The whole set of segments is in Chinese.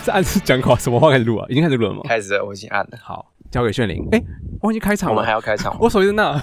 是按讲话什么话开始录啊？已经开始录了吗？ 开始了，我已经按了。 好，交给炫灵。忘记开场了。 我们还要开场吗？ 我手机在那。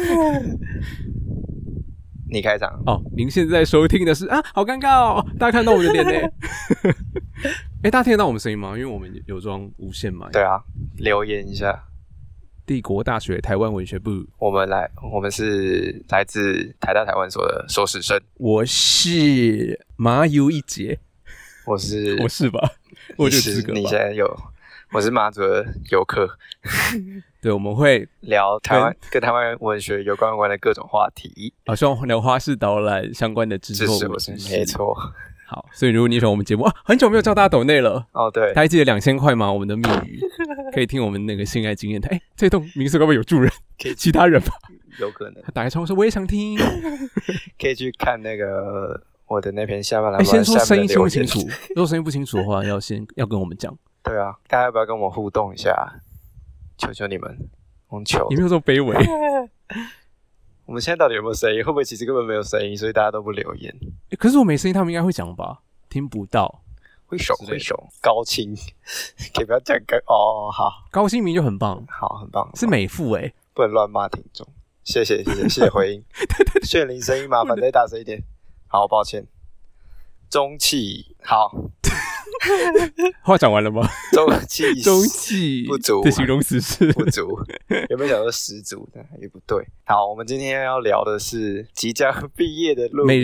你开场哦。您现在收听的是啊，好尴尬哦，大家看到我的脸呢。大家听得到我们声音吗？因为我们有装无线嘛。 对啊，留言一下。 帝国大学台湾文学部， 我们是来自台大台湾所的硕士生。 我是麻油一节，我是吧？我就资格吧。 你现在我是马祖的游客。 对，我们会聊跟台湾文学有关的各种话题。 希望聊花式导览相关的知识， 没错。 好，所以如果你喜欢我们节目很久没有叫大家抖内了哦，对， 大家记得2000块吗？我们的密语可以听我们那个性爱经验台。这栋民宿会不会有住人？其他人吧， 有可能。 他打开窗说我也想听， 可以去看那个我的那篇下半栏。 先说声音清不清楚，如果声音不清楚的话，要跟我们讲。 对啊，大家要不要跟我们互动一下？求求你们，我求你没有这么卑微。 我们现在到底有没有声音？会不会其实根本没有声音，所以大家都不留言？ 可是我没声音，他们应该会讲吧？听不到， 挥手，高清，可以不要讲哦。好， 高清明就很棒， 好，很棒， 是美妇不能乱骂听众。谢谢回应。炫灵声音麻烦再大声一点。好，抱歉。中气好。 话讲完了吗？ 中气不足的形容词是不足，有没有想说十足？也不对。好，我们今天要聊的是即将毕业的论文。美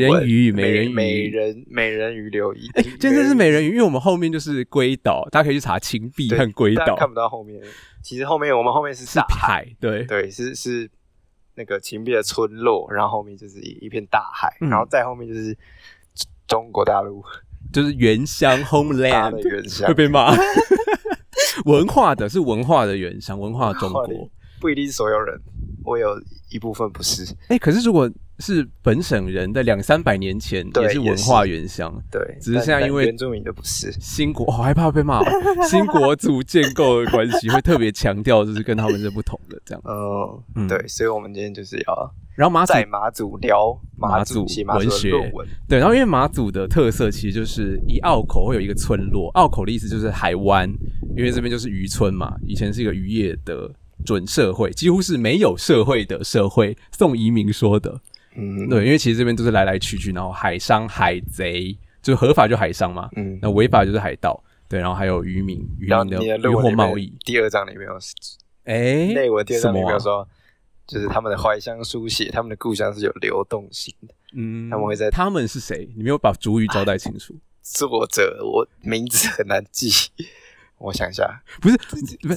人鱼留意。 今天是美人鱼，因为我们后面就是龟岛，大家可以去查芹壁和龟岛。 看不到后面，其实我们后面是大海， 对， 是那个芹壁的村落，然后后面就是一片大海，然后再后面就是中国大陆。 就是原乡 homeland 的原乡会被骂。文化的原乡，文化的中国不一定是所有人，我有一部分不是。 可是如果是本省人在200-300年前也是文化原乡， 对， 只是现在因为原住民的不是新国，好害怕被骂。新国族建构的关系会特别强调，就是跟他们是不同的这样。 对，所以我们今天就是要。 然后在马祖聊马祖文学论文， 对，然后因为马祖的特色其实就是以澳口会有一个村落，澳口的意思就是海湾，因为这边就是渔村嘛，以前是一个渔业的准社会，几乎是没有社会的社会，宋移民说的，对，因为其实这边都是来来去去，然后海商海贼，就合法就海商嘛，那违法就是海盗，对，然后还有渔民的渔获贸易。 第二章里面有，内文第二章里面有说。就是他们的怀乡书写，他们的故乡是有流动性的。他们会在他们是谁？你没有把主语交代清楚。 作者我名字很难记，我想一下， 不是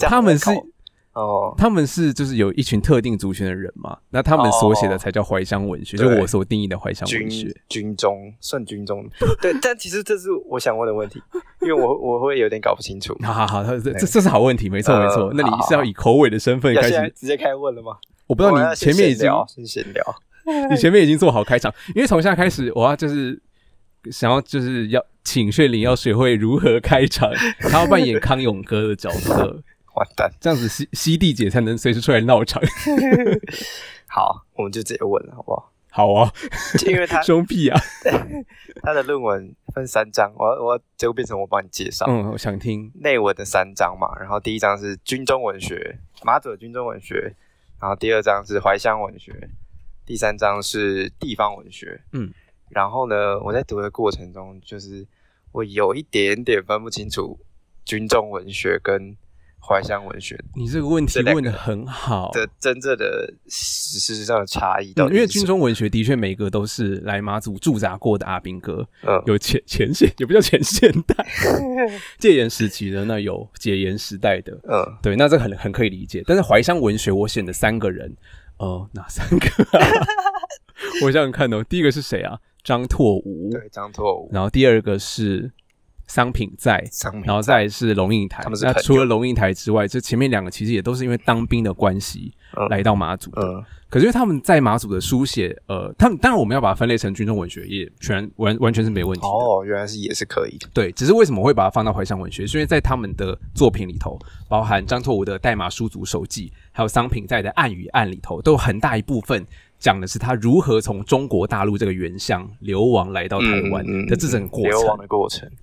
他们是就是有一群特定族群的人嘛？那他们所写的才叫怀乡文学，就我所定义的怀乡文学。 军中，对，但其实这是我想问的问题，因为我会有点搞不清楚。 好，这是好问题，没错。那你是要以口尾的身份开始直接开问了吗？ 我不知道你前面已经先闲聊， 你前面已经做好开场，因为从现在开始，我要就是想要就是要请炫灵要学会如何开场，他要扮演康永哥的角色， 完蛋， 这样子西弟姐才能随时出来闹场。 好，我们就直接问了，好不好？ 好啊， 因为他凶屁啊！ 他的论文分3章，我结果变成我帮你介绍。 我想听内文的3章嘛，然后第1章是军中文学，马祖的军中文学。然后第2章是怀乡文学，第3章是地方文学。然后呢，我在读的过程中，就是我有一点点分不清楚军中文学跟怀乡文学。 你这个问题问得很好的真正的事实上的差异， 因为军中文学的确每个都是来马祖驻扎过的阿兵哥，有前线也不叫前现代，戒严时期的，那有解严时代的，对，那这很可以理解。但是怀乡文学我选的3个人，哪3个啊？我想想看哦，第一个是谁啊？张拓武， 对，张拓武。 然后第2个是商品在，然后再来是龙应台。那除了龙应台之外，这前面2个其实也都是因为当兵的关系来到马祖的。可是因为他们在马祖的书写，他们当然我们要把它分类成军中文学，也完全是没问题的。 原来是也是可以的。 对，只是为什么会把它放到怀乡文学？是因为在他们的作品里头，包含张拓武的《代马书族手记》，还有商品在的《暗与暗》里头，都有很大一部分讲的是他如何从中国大陆这个原乡流亡来到台湾的这整个过程。 流亡的过程， 对。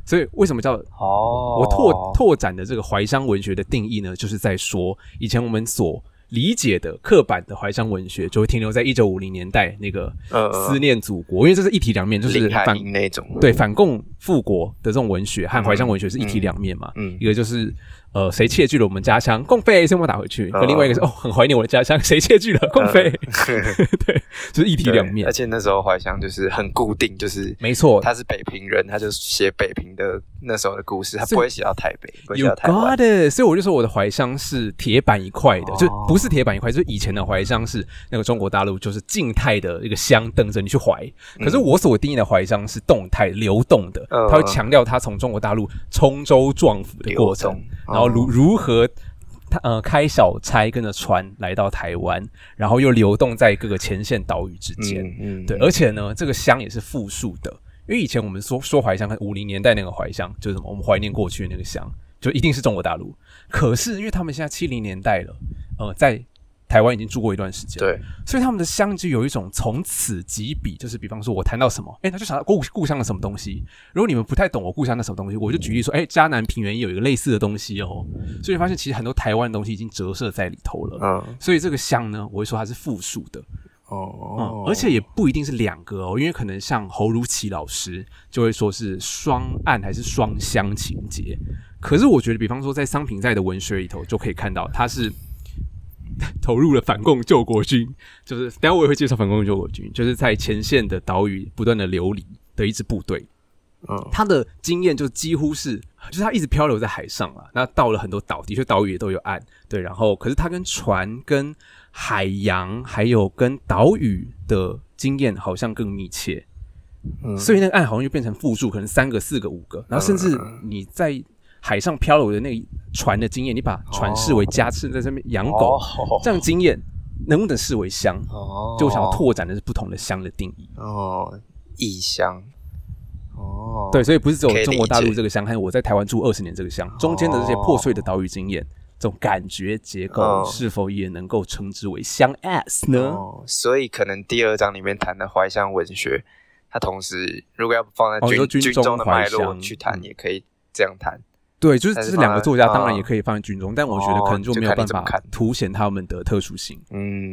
所以为什么叫我拓展的这个怀乡文学的定义呢？就是在说以前我们所理解的刻板的怀乡文学，就会停留在1950年代那个思念祖国，因为这是一体两面，就是那种对反共复国的这种文学和怀乡文学是一体两面嘛。一个就是谁窃据了我们家乡，共匪先把我打回去。可另外一个是很怀念我的家乡，谁窃据了，共匪。对，就是一体两面。 而且那时候怀乡就是很固定，就是没错， 他是北平人，他就写北平的那时候的故事，他不会写到台北，不会写到台湾。You got it， 所以我就说我的怀乡是铁板一块的，就不是铁板一块，就是以前的怀乡是那个中国大陆就是静态的一个乡等着你去怀，可是我所定义的怀乡是动态流动的，他会强调他从中国大陆冲舟撞府的过程。然后如何开小差跟着船来到台湾，然后又流动在各个前线岛屿之间。对，而且呢，这个乡也是复数的，因为以前我们说怀乡，50年代那个怀乡就是什么，我们怀念过去的那个乡，就一定是中国大陆。可是因为他们现在70年代了，在台湾已经住过一段时间， 对， 所以他们的乡就有一种从此即彼，就是比方说我谈到什么，他就想到故乡的什么东西。如果你们不太懂我故乡的什么东西，我就举例说，嘉南平原也有一个类似的东西哦。所以你发现其实很多台湾的东西已经折射在里头了。所以这个乡呢，我会说它是复数的。而且也不一定是2个哦，因为可能像侯如奇老师就会说是双岸还是双乡情节。可是我觉得，比方说在桑平在的文学里头就可以看到，他是投入了反共救国军，就是等一下我也会介绍反共救国军，就是在前线的岛屿不断的流离的一支部队。他的经验就几乎是，就是他一直漂流在海上啦，那到了很多岛，的确岛屿也都有岸，对，然后可是他跟船、跟海洋还有跟岛屿的经验好像更密切，所以那个岸好像就变成复数，可能3个、4个、5个，然后甚至你在海上漂流的那个船的经验，你把船视为家畜在这边养狗，这样经验能不能视为乡？就我想要拓展的是不同的乡的定义。 异乡。 对，所以不是只有中国大陆这个乡，还有我在台湾住20年这个乡，中间的这些破碎的岛屿经验，这种感觉结构是否也能够称之为乡 S 呢？ 所以可能第2章里面谈的怀乡文学，它同时如果要放在军中的脉络去谈，也可以这样谈。对， 就是这2个作家当然也可以放在军中，但我觉得可能就没有办法凸显他们的特殊性。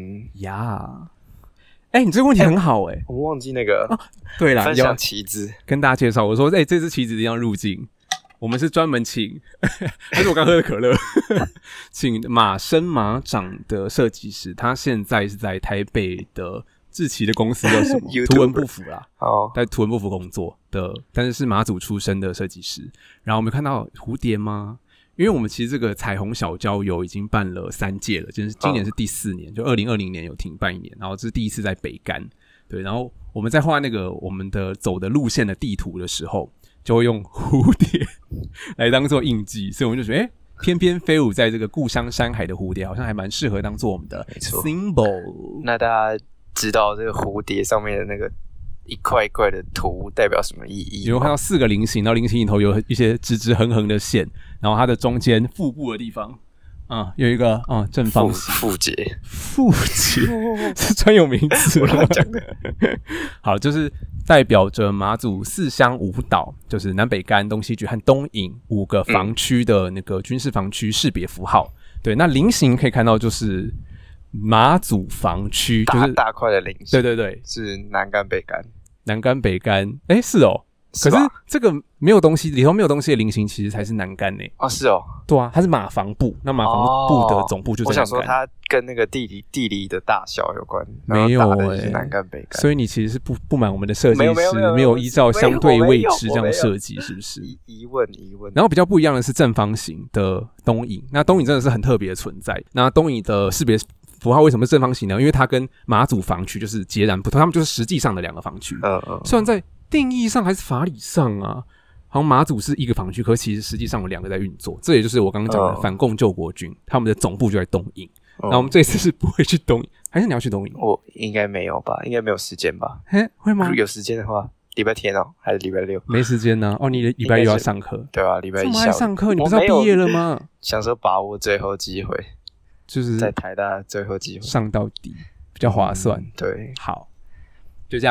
你这个问题很好我忘记那个对啦， 分享旗子跟大家介绍，我说这支旗子一定要入境，我们是专门请还是我刚喝的可乐请马生马长的设计师，他现在是在台北的志奇的公司叫什么图文不符啦，在图文不符工作的，但是是马祖出身的设计师。然后我们看到蝴蝶吗？因为我们其实这个彩虹小郊游已经办了3届了，就是今年是第4年，就2020年有停办1年，然后这是第1次在北竿。对，然后我们在画那个我们的走的路线的地图的时候，就会用蝴蝶来当做印记，所以我们就觉得翩翩飞舞在这个故乡山海的蝴蝶好像还蛮适合当做我们的 symbol。 那大家知道这个蝴蝶上面的那个一块一块的图代表什么意义？ 有看到4个菱形，然后菱形里头有一些直直横横的线，然后它的中间腹部的地方有一个正方形腹节是专有名词了讲的好，就是代表着马祖4乡5岛，就是南北竿、东西莒和东引5个防区的那个军事防区识别符号。对，那菱形可以看到就是马祖防区，就是大块的菱形， 对， 是南竿北竿， 南竿北竿，是哦。可是这个没有东西，里头没有东西的菱形其实才是南竿呢。 是哦， 对啊，它是马防部，那马防部的总部就在南竿。 我想说它跟那个地理的大小有关， 没有南竿北竿。 所以你其实是不满我们的设计师没有依照相对位置这样设计，是不是？ 疑问。 然后比较不一样的是正方形的东引，那东引真的是很特别的存在。那东引的识别符号为什么是正方形呢？因为它跟马祖防区就是截然不同，他们就是实际上的2个防区。虽然在定义上还是法理上啊，好像马祖是1个防区，可其实实际上有2个在运作。这也就是我刚刚讲的反共救国军，他们的总部就在东引。那我们这次是不会去东引，还是你要去东引？ 我应该没有吧，应该没有时间吧？ 会吗？ 有时间的话，礼拜天还是礼拜6？ 没时间呢。你礼拜6要上课？ 对啊，礼拜1 这么爱上课，你不是要毕业了吗？ 想说把握最后机会， 就是在台大最后机会上到底比较划算。 对， 好，就这样。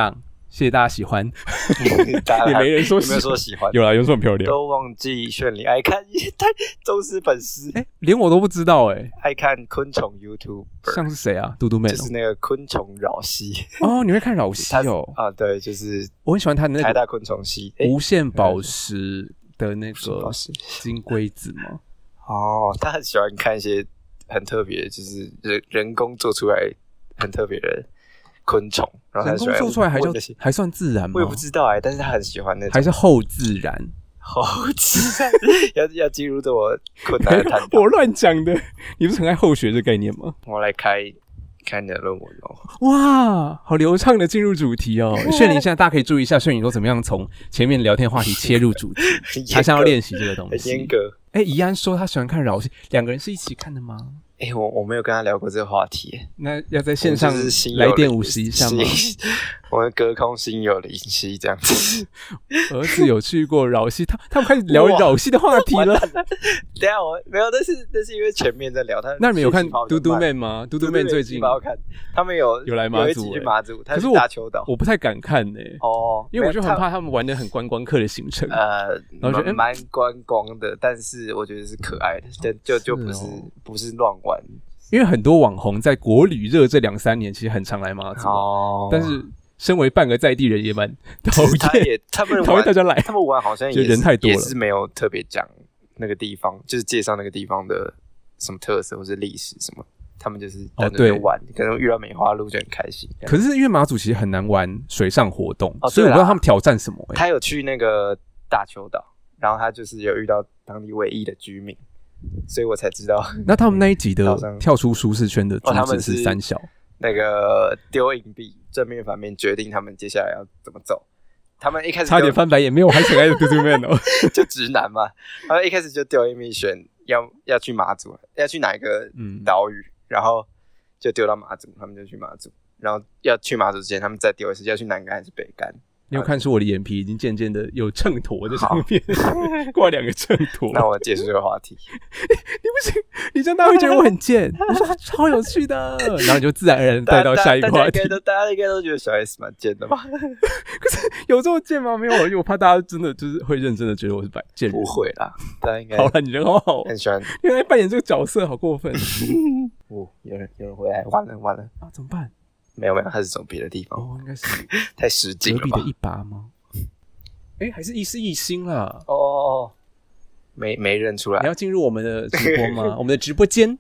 谢谢大家喜欢， 大家也没人说有没有说喜欢， 有啦，有人说很漂亮， 都忘记炫你爱看忠实粉丝， 连我都不知道爱看昆虫 YouTube， 像是谁啊？嘟嘟妹就是那个昆虫扰系哦，你会看扰系哦？ 啊，对，就是我很喜欢他的那个台大昆虫系无限宝石的那个金龟子吗？ 哦，他很喜欢看一些很特别，就是人工做出来很特别的昆虫，然后他人工做出来还算自然吗？ 我也不知道但是他很喜欢那种， 还是后自然？ 后自然要进入这么困难的探讨， 我乱讲的。你不是很爱后学这概念吗？ 我来开你的论文哇，好流畅的进入主题哦！炫灵现在大家可以注意一下，炫灵都怎么样从前面聊天话题切入主题，他想要练习这个东西， 很严格。 宜安说他喜欢看扰系，两个人是一起看的吗？ 我没有跟他聊过这个话题， 那要在线上来电50一下吗？ 我们隔空心有灵犀这样子。 儿子有去过扰系，他们开始聊扰系的话题了。 等一下我没有，那是因为前面在聊他。 那你们有看嘟嘟妹吗？嘟嘟妹最近看，他们有来马祖， 有一集去马祖， 可是大邱岛， 我不太敢看因为我就很怕他们玩的很观光客的行程。 然后觉得蛮观光的，但是我觉得是可爱的，就不是乱玩。 因为很多网红在国旅热这2-3年，其实很常来马祖，但是身为半个在地人也蛮讨厌， 他们讨厌大家来， 他们玩好像也人太多了， 也是没有特别讲那个地方，就是介绍那个地方的什么特色或是历史什么，他们就是在那边玩，可能遇到梅花鹿就很开心。 可是因为马祖其实很难玩水上活动，所以我不知道他们挑战什么。 他有去那个大邱岛，然后他就是有遇到当地唯一的居民。所以我才知道， 那他们那一集的跳出舒适圈的主旨是三小， 那个丢硬币，正面反面决定他们接下来要怎么走。他们一开始差点翻白眼，没有，我还想爱的嘟嘟妹就直男嘛。他们一开始就丢硬币选要去马祖，要去哪一个岛屿，然后就丢到马祖，他们就去马祖。然后要去马祖之前，他们再丢一次，要去南竿还是北竿？ 你有看出我的眼皮已经渐渐的有秤砣在上面，挂2个秤砣。 那我结束这个话题。 你不行，你这样大家会觉得我很贱。我说超有趣的，然后你就自然而然带到下一个话题。 大家应该都觉得小 S 蛮贱的吧？ 可是有这么贱吗？没有，因为我怕大家真的就是会認真的觉得我是贱人。 不会啦，大家应该好了，你人好好， 很喜欢。 原来扮演这个角色好过分。 有人回来，完了啊！怎么办？ 没有，他是从别的地方。 应该是太实劲了吧？ 隔壁的一拔吗？还是一星啦。 没认出来。 你要进入我们的直播吗？我们的直播间。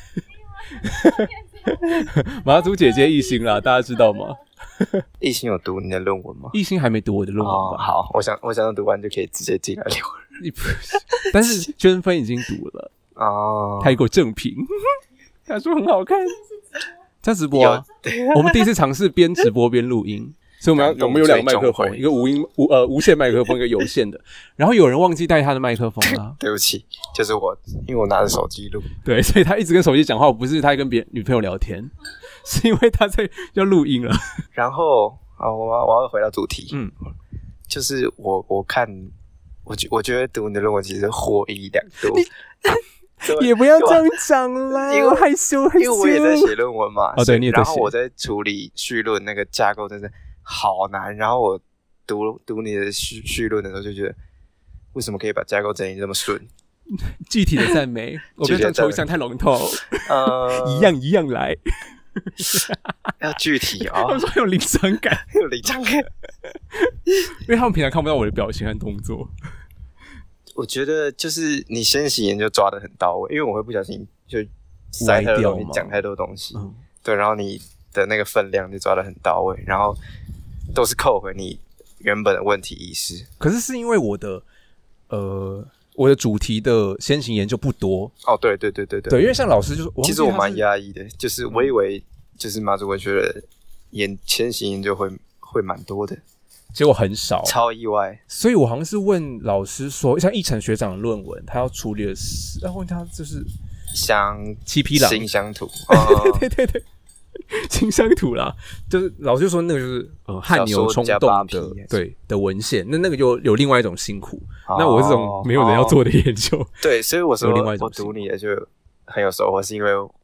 马祖姐姐一星啦，大家知道吗？ 一星有读你的论文吗？ 一星还没读我的论文吧？ 好，我想读完就可以直接进来聊。 但是娟芬已经读了他给我正评，他说很好看。在直播我们第一次尝试边直播边录音，所以我们有2个麦克风，一个无线麦克风，一个有线的。然后有人忘记带他的麦克风了， 对不起，就是我，因为我拿着手机录。 对，所以他一直跟手机讲话，不是他跟女朋友聊天，是因为他在要录音了。 然后我要回到主题，就是我看，我觉得读你的论文其实获益良多。 也不要这样讲啦，因为害羞。 因为我也在写论文嘛， 对，你也在写。 然后我在处理绪论那个架构，真的好难。然后我读你的绪论的时候，就觉得为什么可以把架构整理这么顺？ 具体的赞美，我不要这样抽象太笼统。一样来， 要具体他们说有临场感， 有临场感， 因为他们平常看不到我的表情和动作。 我觉得就是你先行研究抓得很到位，因为我会不小心就塞太多东西，讲太多东西，对，然后你的那个分量就抓得很到位，然后都是扣回你原本的问题意识。 可是因为我的主题的先行研究不多。 对， 因为像老师就是， 其实我蛮压抑的，就是我以为就是马祖文学的先行研究会蛮多的。 结果很少， 超意外。 所以我好像是问老师说，像奕成学长的论文，他要处理的是，要问他就是像七匹狼新乡土， 对，新乡土啦，就是老师就说那个就是汗牛充栋的文献，那个就有另外一种辛苦。那我这种没有人要做的研究， 对，所以我说我读你的就很有收获，是因为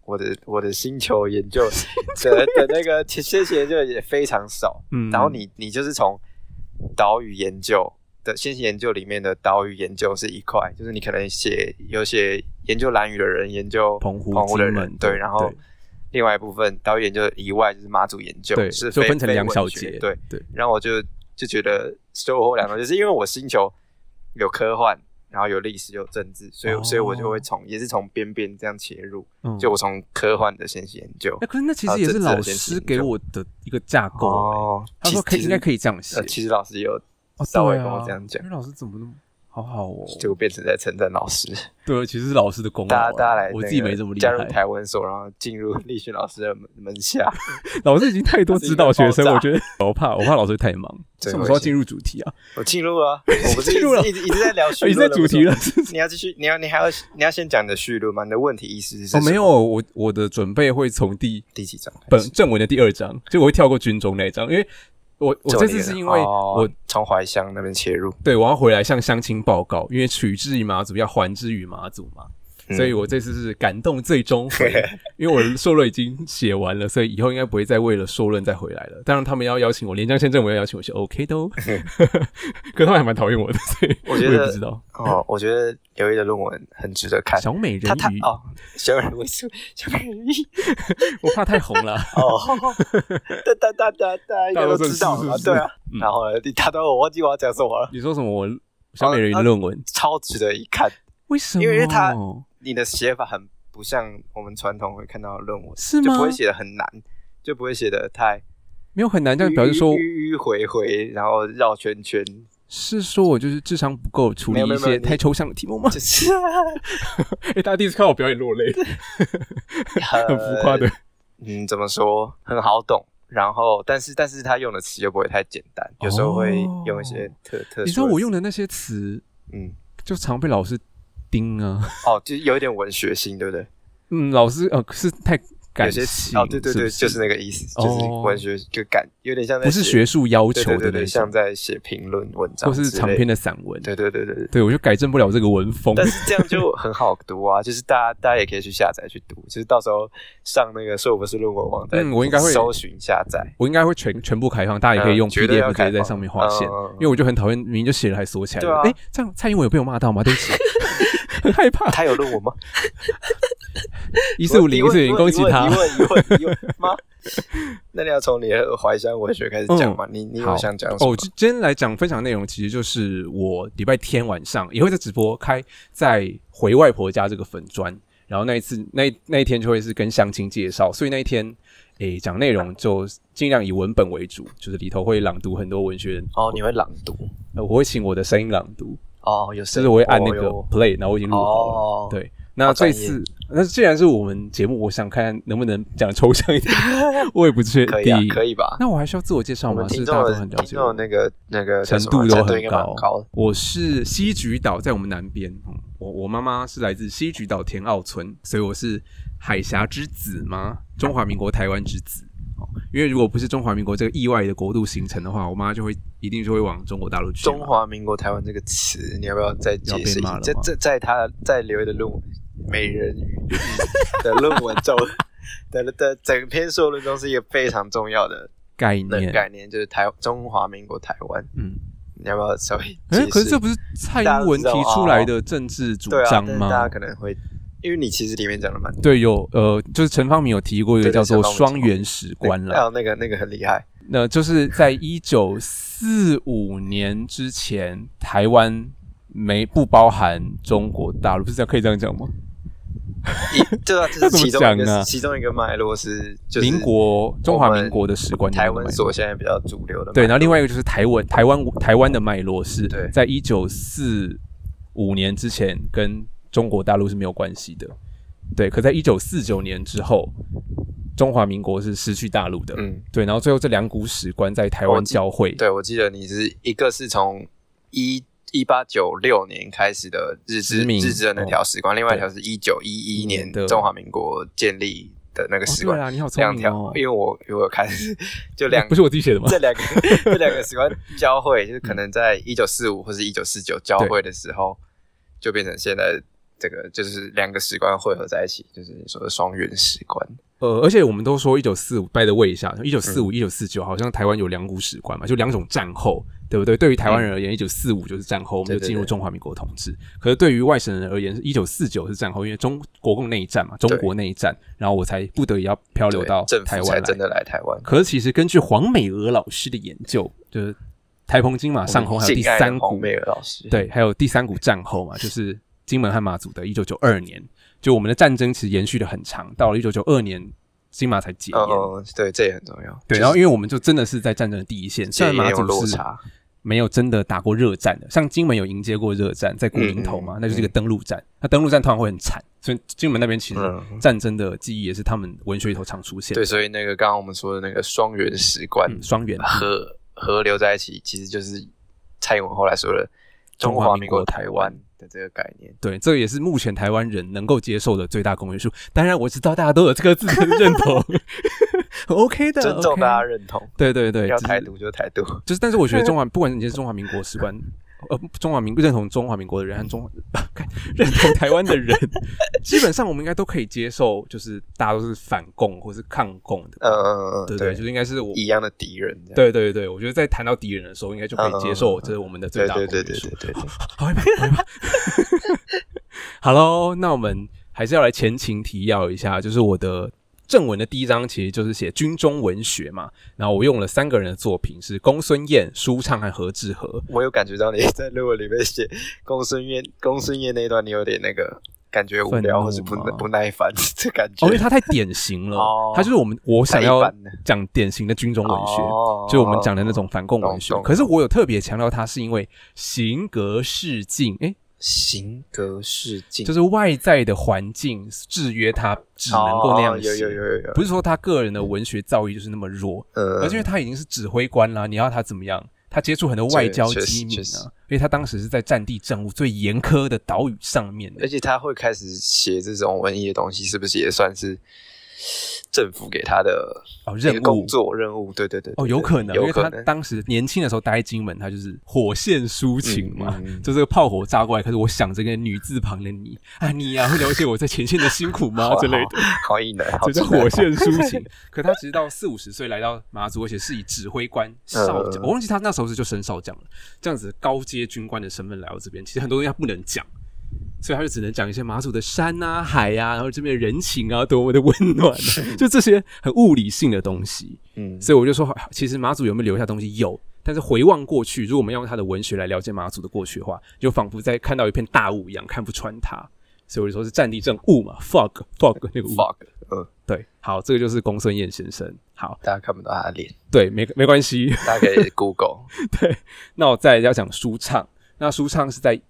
我的星球研究的那个先行研究也非常少，然后你就是从岛屿研究的先行研究里面的岛屿研究是一块，就是你可能有写研究兰屿的人，研究澎湖的人，对，然后另外一部分岛屿研究以外就是马祖研究， 对， 是就分成2小节， 对，然后我就觉得收获良多，就是因为我星球有科幻，然后有历史有政治，所以我就会也是从边这样切入，就我从科幻的先行研究。 可是那其实也是老师给我的一个架构，他说应该可以这样写。 其实老师也有稍微跟我这样讲， 老师怎么那么好哦， 就变成在称赞老师。 对，其实是老师的功劳。 大家来， 我自己没这么厉害。 加入台文所，然后进入立勋老师的门下。 老师已经太多指导学生，我觉得我怕老师太忙。什么时候进入主题啊？ 我进入了，我不是一直在聊叙录， 已经在主题了。 你要继续，你要先讲你的叙录吗？你的问题意思是什么？ 没有，我的准备会从第几章？ 正文的第2章，就我会跳过军中那一章，因为。我这次是因为我从怀乡那边切入， 对，我要回来向乡亲报告，因为取之于马祖要还之于马祖嘛，所以我这次是感动最终回，因为我的硕论已经写完了，所以以后应该不会再为了硕论再回来了。当然他们要邀请我，连江县政府要邀请我是 OK 的哦，可是他们还蛮讨厌我的，所以我也不知道。 我觉得刘毅的论文很值得看， 小美人鱼小美人鱼， 我怕太红了大家应该都知道了，对啊。然后呢，我忘记我要讲什么了。 你说什么？我小美人鱼的论文超值得一看， 为什么？ 因为你的写法很不像我们传统会看到的论文， 是吗？ 就不会写得很难，就不会写得太没有很难，这样表示说迂回，然后绕圈圈。 是说我就是智商不够处理一些太抽象的题目吗？ 就是大家第一次看我表演落泪，很浮夸的。 怎么说？很好懂。然后，但是他用的词又不会太简单，有时候会用一些特殊。 你知道我用的那些词，就常被老师盯啊。 就有一点文学性，对不对？ 老师是太感性， 对，就是那个意思，就是文学就有点像在不是学术要求的， 对，像在写评论文章或是长篇的散文。 对， 我就改正不了这个文风。 但是这样就很好读啊，就是大家也可以去下载去读，就是到时候上那个硕博士论文网站， 我应该会搜寻下载， 我应该会全部开放，大家也可以用 PDF 直接在上面划线，因为我就很讨厌明明就写了还锁起来。 对啊， 这样蔡英文有被我骂到吗？对不起。很害怕。 他有论文吗 ？1450恭喜他。 疑问吗？那你要从你的怀乡文学开始讲嘛？你有想讲什么？ 今天来讲分享内容，其实就是我礼拜天晚上也会在直播开在回外婆家这个粉专，然后那一天就会是跟乡亲介绍，所以那一天讲内容就尽量以文本为主，就是里头会朗读很多文学。 你会朗读？ 我会请我的声音朗读。 有声音， 就是我会按那个 play， 然后我已经录好了。对，那这次那既然是我们节目，我想看能不能讲抽象一点，我也不确定， 可以吧？ 那我还需要自我介绍吗？是大家都很了解， 那个程度都很高。我是西莒岛，在我们南边。我妈妈是来自西莒岛田澳村，所以我是海峡之子吗？中华民国台湾之子。因为如果不是中华民国这个意外的国度形成的话，我妈一定就会往中国大陆去。 中华民国台湾这个词，你要不要再解释一下？在刘毅的论文《美人鱼》的论文中的整篇硕论中是一个非常重要的概念，就是中华民国台湾。你要不要稍微解释？ 可是这不是蔡英文提出来的政治主张吗？ 大家可能会。因为你其实里面讲的蛮多。 对，就是陈方明有提过一个叫做双元史观啦， 那个很厉害。 那就是在1945年之前，台湾不包含中国大陆，是这样可以这样讲吗？ 对啊，这是其中一个脉络是，就是中华民国的史观， 台湾所现在比较主流的。 对，然后另外一个就是台湾的脉络是在1945年之前跟中国大陆是没有关系的，对。可在1949年之后，中华民国是失去大陆的，对。然后最后这两股史观在台湾交汇。 对，我记得你是一个是从1896年开始的日治的那条史观，另外一条是1911年中华民国建立的那个史观。 对啊，你好聪明哦！ 因为我有看，就不是我自己写的吗？ 这两个史观交汇，就是可能在1945或是1949交汇的时候，就变成现在这个就是2个史观汇合在一起，就是你说的双元史观。 而且我们都说1945 by the way 一下，1945、1949好像台湾有2股史观嘛，就2种战后，对不对？对于台湾人而言，1945就是战后，我们就进入中华民国统治。可是对于外省人而言，1949是战后，因为国共内战嘛，中国内战，然后我才不得已要漂流到台湾来， 政府才真的来台湾。 可是其实根据黄美娥老师的研究，就是台澎金马上后还有第3股， 黄美娥老师对，还有第3股战后嘛，就是金门和马祖的1992年。就我们的战争其实延续的很长，到了1992年金马才解严。 对，这也很重要。 对，然后因为我们就真的是在战争的第一线，虽然马祖是没有真的打过热战的，像金门有迎接过热战，在古宁头嘛，那就是一个登陆战。那登陆战通常会很惨，所以金门那边其实战争的记忆也是他们文学里头常出现的。 对，所以那个刚刚我们说的那个双元史观， 双元合流在一起，其实就是蔡英文后来说的中华民国台湾的这个概念。 对，这也是目前台湾人能够接受的最大公约数。当然我知道大家都有这个自己的认同OK 的， 尊重大家认同。 对对对， 要台独就台独。 就是，但是我觉得不管你是中华民国史观，认同中华民国的人和认同台湾的人，基本上我们应该都可以接受，就是大家都是反共或是抗共的。对对，就是应该是一样的敌人。 对对对，我觉得在谈到敌人的时候，应该就可以接受这是我们的最大公约数。对，好害怕，好害怕。好咯，那我们还是要来前情提要一下，就是我的正文的第一章其实就是写军中文学嘛，然后我用了3个人的作品，是公孙燕、舒畅和何志和。 我有感觉到你在论文里面写公孙燕那一段，你有点那个感觉无聊或是不耐烦这感觉。 因为它太典型了，它就是我想要讲典型的军中文学，就是我们讲的那种反共文学。可是我有特别强调它是因为形格世境， 形格世境就是外在的环境制约他只能够那样写，有，不是说他个人的文学造诣就是那么弱，而是因为他已经是指挥官啦，你要他怎么样？他接触很多外交机密啊，因为他当时是在战地政务最严苛的岛屿上面的， 而且他会开始写这种文艺的东西，是不是也算是政府给他的工作任务？对对对， 有可能，因为他当时年轻的时候待在金门，他就是火线抒情嘛，就这个炮火炸过来，可是我想这个女字旁的你啊，你啊会了解我在前线的辛苦吗？之类的， 好硬的， 这叫火线抒情。可他直到40-50岁来到马祖，而且是以指挥官少将，我忘记他那时候就升少将了，这样子高阶军官的身份来到这边，其实很多东西他不能讲。所以他就只能讲一些马祖的山啊、海啊，然后这边的人情啊，多么的温暖啊，就这些很物理性的东西。所以我就说，其实马祖有没有留下东西？有，但是回望过去，如果我们要用他的文学来了解马祖的过去的话，就仿佛在看到一片大雾一样，看不穿它。所以我就说是战地正雾嘛 ，fog 那个雾。对，好，这个就是公孙燕先生。好， 大家看不到他的脸， 对，没关系， 大家可以 Google。 对，那我再来要讲舒畅。那舒畅是在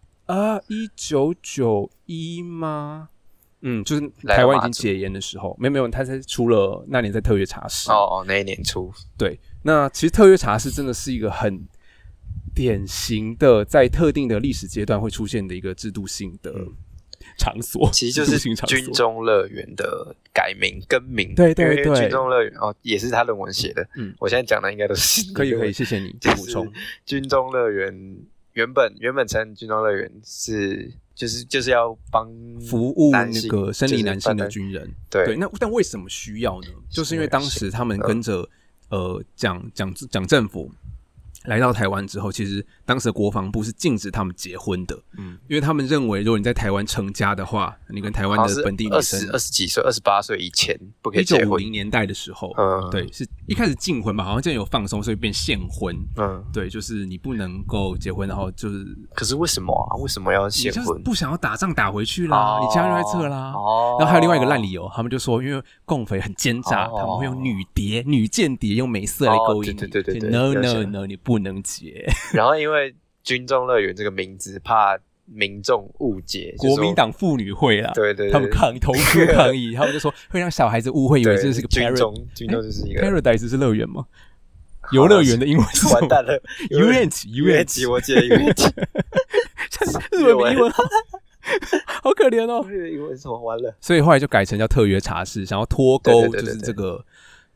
1991吗？就是台湾已经解严的时候，没有，他才出了那年在特约茶室。 那一年出。 对，那其实特约茶室真的是一个很典型的在特定的历史阶段会出现的一个制度性的场所， 其实就是军中乐园的更名。 对对对， 军中乐园也是他论文写的。我现在讲的应该都是可以，谢谢你补充。 军中乐园原本称军中乐园就是要帮服务那个生理男性的军人。对，那但为什么需要呢？就是因为当时他们跟着蒋政府来到台湾之后，其实当时的国防部是禁止他们结婚的，因为他们认为如果你在台湾成家的话，你跟台湾的本地女生 20几岁、28岁以前不可以结婚。 1950年代的时候，对，是一开始禁婚吧，好像现在有放松，所以变限婚。对，就是你不能够结婚，然后就是， 可是为什么啊？为什么要限婚？ 你就是不想要打仗打回去啦，你家人在这啦。然后还有另外一个烂理由，他们就说，因为共匪很奸诈，他们会用女间谍用美色来勾引你。 对 ，no， 你不能结。 然后因为军中乐园这个名字怕民众误解， 国民党妇女会啦， 对， 他们投诉抗议，他们就说会让小孩子误会以为这是个军中就是一个 paradise 是乐园吗？游乐园的英文是什么？ 完蛋了， 游园地， 我记得游园地， 日文比英文好可怜哦。 英文什么完了？ 所以后来就改成叫特约茶室，想要脱钩就是这个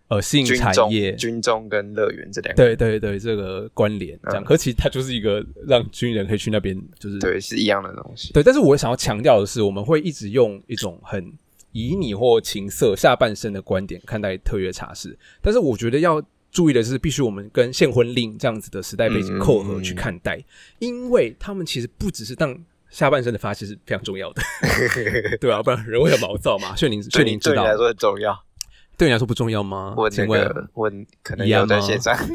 性产业、 军中跟乐园这两个， 对，这个关联这样。可其实它就是一个让军人可以去那边，就是对，是一样的东西。 对，但是我想要强调的是，我们会一直用一种很旖旎或情色下半身的观点看待特约茶室，但是我觉得要注意的是，必须我们跟限婚令这样子的时代背景扣合去看待，因为他们其实不只是当下半身的发泄是非常重要的，对啊，不然人会有毛躁嘛。炫宁知道， 对你来说很重要， 对你来说不重要吗？ 问可能有在线上，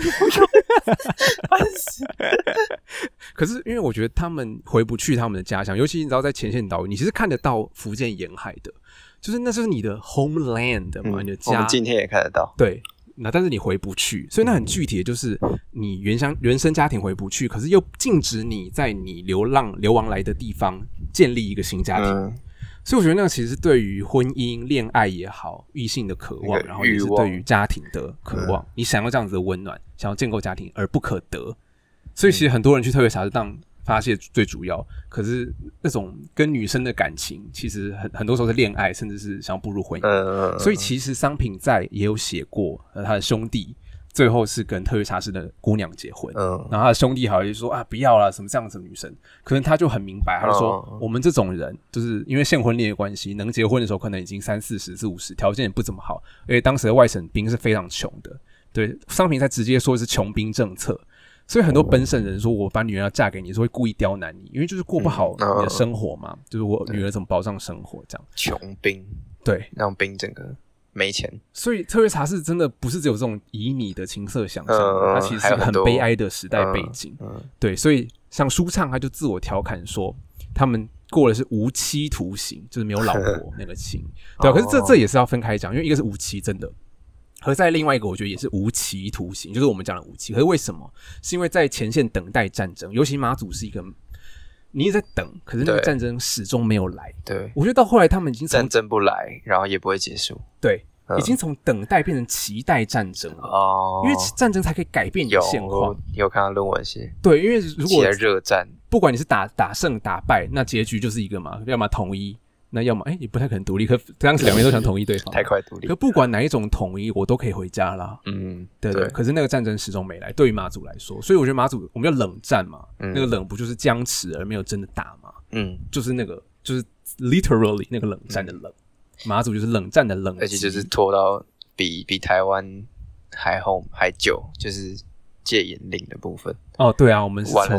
可是因为我觉得他们回不去他们的家乡，尤其你知道在前线岛屿，你其实看得到福建沿海的，就是那是你的 homeland 嘛，你的家。 我们今天也看得到， 对。那但是你回不去，所以那很具体的就是你原生家庭回不去，可是又禁止你在你流亡来的地方建立一个新家庭。所以我觉得那个其实是对于婚姻、恋爱也好，异性的渴望，然后也是对于家庭的渴望。你想要这样子的温暖，想要建构家庭而不可得，所以其实很多人去特别茶室当发泄最主要，可是那种跟女生的感情，其实很多时候是恋爱，甚至是想要步入婚姻。所以其实商品在也有写过，他的兄弟最后是跟特约茶室的姑娘结婚，然后他的兄弟好像就说啊不要啦，什么这样子的女生，可能他就很明白，他就说我们这种人就是因为限婚恋的关系，能结婚的时候可能已经30、40、50，条件也不怎么好，而且当时的外省兵是非常穷的，对，商品才直接说是穷兵政策。所以很多本省人说我把女儿要嫁给你是会故意刁难你，因为就是过不好你的生活嘛，就是我女儿怎么保障生活这样。 穷兵，对，让兵整个没钱。 所以特约茶室真的不是只有这种旖旎的情色想象，它其实是很悲哀的时代背景。对，所以像舒畅他就自我调侃说，他们过的是无期徒刑，就是没有老婆那个刑。对啊，可是这也是要分开讲，因为一个是无期真的。和在另外一个我觉得也是无期徒刑，就是我们讲的无期。可是为什么？是因为在前线等待战争，尤其马祖是一个你也在等，可是那个战争始终没有来。 对， 我觉得到后来他们已经战争不来，然后也不会结束。 对，已经从等待变成期待战争了。因为战争才可以改变你的现况。 有看到论文写？ 对，因为如果热战， 不管你是打胜打败，那结局就是一个嘛，要么统一。那要么也不太可能独立，可当时两边都想统一对方， 太快独立。 可不管哪一种统一，我都可以回家啦。对。可是那个战争始终没来，对于马祖来说，所以我觉得马祖我们叫冷战嘛，那个冷不就是僵持而没有真的打嘛？就是那个就是 literally 那个冷战的冷，马祖就是冷战的冷， 而且就是拖到比台湾还久，就是戒严令的部分。 对啊，我们是晚了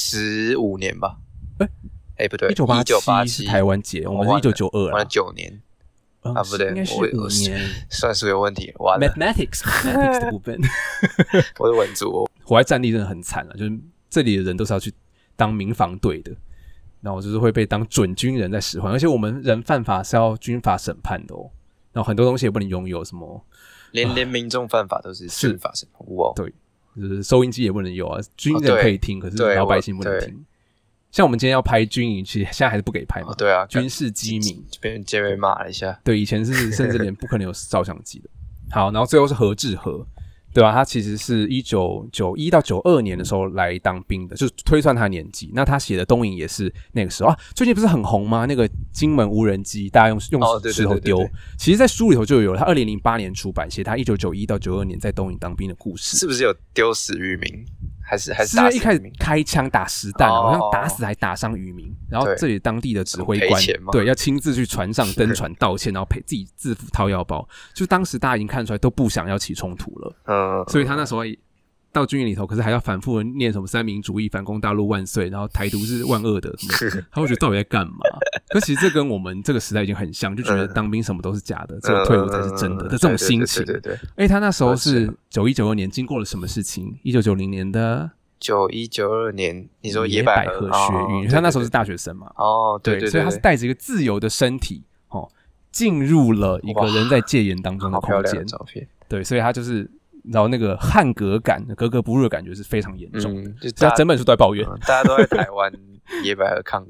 15年吧？不对 ，1987是台湾节，我们是1992， 玩了9年不对， 应该是5年， 算数有问题。 Mathematics 的部分， 我是文组， 活在战地真的很惨了，就是这里的人都是要去当民防队的，然后就是会被当准军人在使唤，而且我们人犯法是要军法审判的哦，然后很多东西也不能拥有，什么连民众犯法都是军法审判哦， 对，就是收音机也不能有啊，军人可以听，可是老百姓不能听。像我们今天要拍军营，其实现在还是不给拍嘛。 对啊， 军事机密， 被骂了一下。 对，以前是甚至连不可能有照相机的。好，然后最后是何志和，对吧？他其实是1991到92年的时候来当兵的，就是推算他年纪。那他写的东营也是那个时候啊。最近不是很红吗？那个金门无人机，大家用石头丢。其实，在书里头就有了。他2008年出版，写他1991到92年在东营当兵的故事。 是不是有丢死渔民？还是打一开始开枪打实弹，好像打死还打伤渔民，然后这里当地的指挥官对要亲自去船上登船道歉，然后自己自负掏腰包，就当时大家已经看出来都不想要起冲突了，所以他那时候到军营里头，可是还要反复的念什么三民主义、反攻大陆万岁，然后台独是万恶的，他会觉得到底在干嘛？可其实这跟我们这个时代已经很像，就觉得当兵什么都是假的，只有退伍才是真的这种心情。对，他那时候是91、92年经过了什么事情？1990年的 91、92年，你说野百合学运，他那时候是大学生嘛？ 对， 所以他是带着一个自由的身体，进入了一个人在戒严当中的空间。对，所以他就是。然后那个汉格感、格格不入的感觉是非常严重的，就他整本书都在抱怨， 大家都在台湾野百合抗争。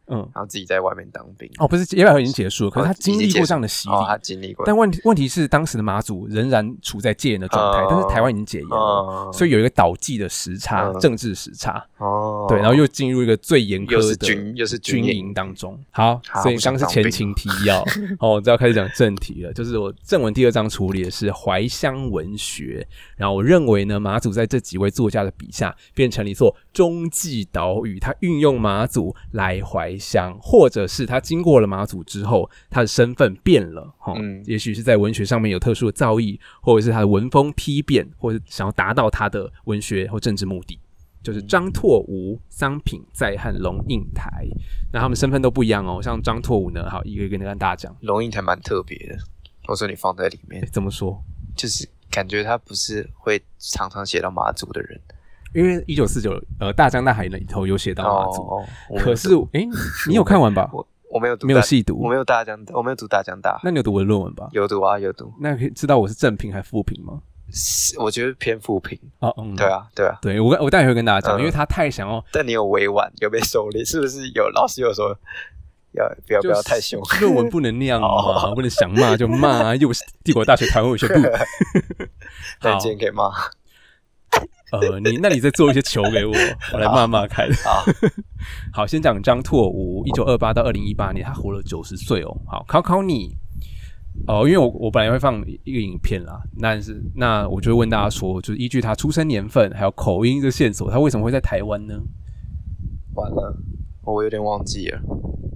然后自己在外面当兵。 不是野百合已经结束了，可是他经历过这样的洗礼， 他经历过。 但问题是，当时的马祖仍然处在戒严的状态，但是台湾已经解严了，所以有一个岛际的时差，政治时差。对，然后又进入一个最严苛的又是军营当中。好，所以刚是前情提要，我就要开始讲正题了。就是我正文第2章处理的是怀乡文学，然后我认为呢，马祖在这几位作家的笔下变成了一座中继岛屿，他运用马祖来怀乡，或者是他经过了马祖之后，他的身份变了，也许是在文学上面有特殊的造诣，或者是他的文风批变，或者想要达到他的文学或政治目的。就是张拓吾、桑品在和龙应台，那他们身份都不一样哦。像张拓吾呢，好，一个一个跟大家讲。 龙应台蛮特别的，我说你放在里面， 怎么说？ 就是感觉他不是会常常写到马祖的人。 因为1949大江大海里头有写到马祖，可是你有看完吧？ 我没有读， 没有细读， 我没有读大江大。 那你有读我的论文吧？ 有读啊，有读。 那可以知道我是正评还是负评吗？ 我觉得偏负评。对啊， 对，我待会会跟大家讲，因为他太想要。 但你有委婉，有被收敛，是不是有老师有说不要太凶？ 论文不能那样嘛，不能想骂就骂，又不是帝国大学台湾文学部。 但今天可以骂。 那你再做一些球给我来骂骂看。好，先讲张拓吾，1928到2018年，他活了90岁哦。好，考你。因为我本来会放一个影片啦，那我就会问大家说，就是依据他出生年份还有口音的线索，他为什么会在台湾呢？ 完了，我有点忘记了。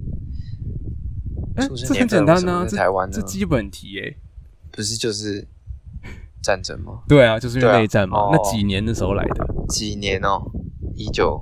这很简单啊， 在台湾呢， 这基本题耶。 不是就是战争吗？ 对啊，就是因为内战嘛。那几年的时候来的？ 几年哦？1945。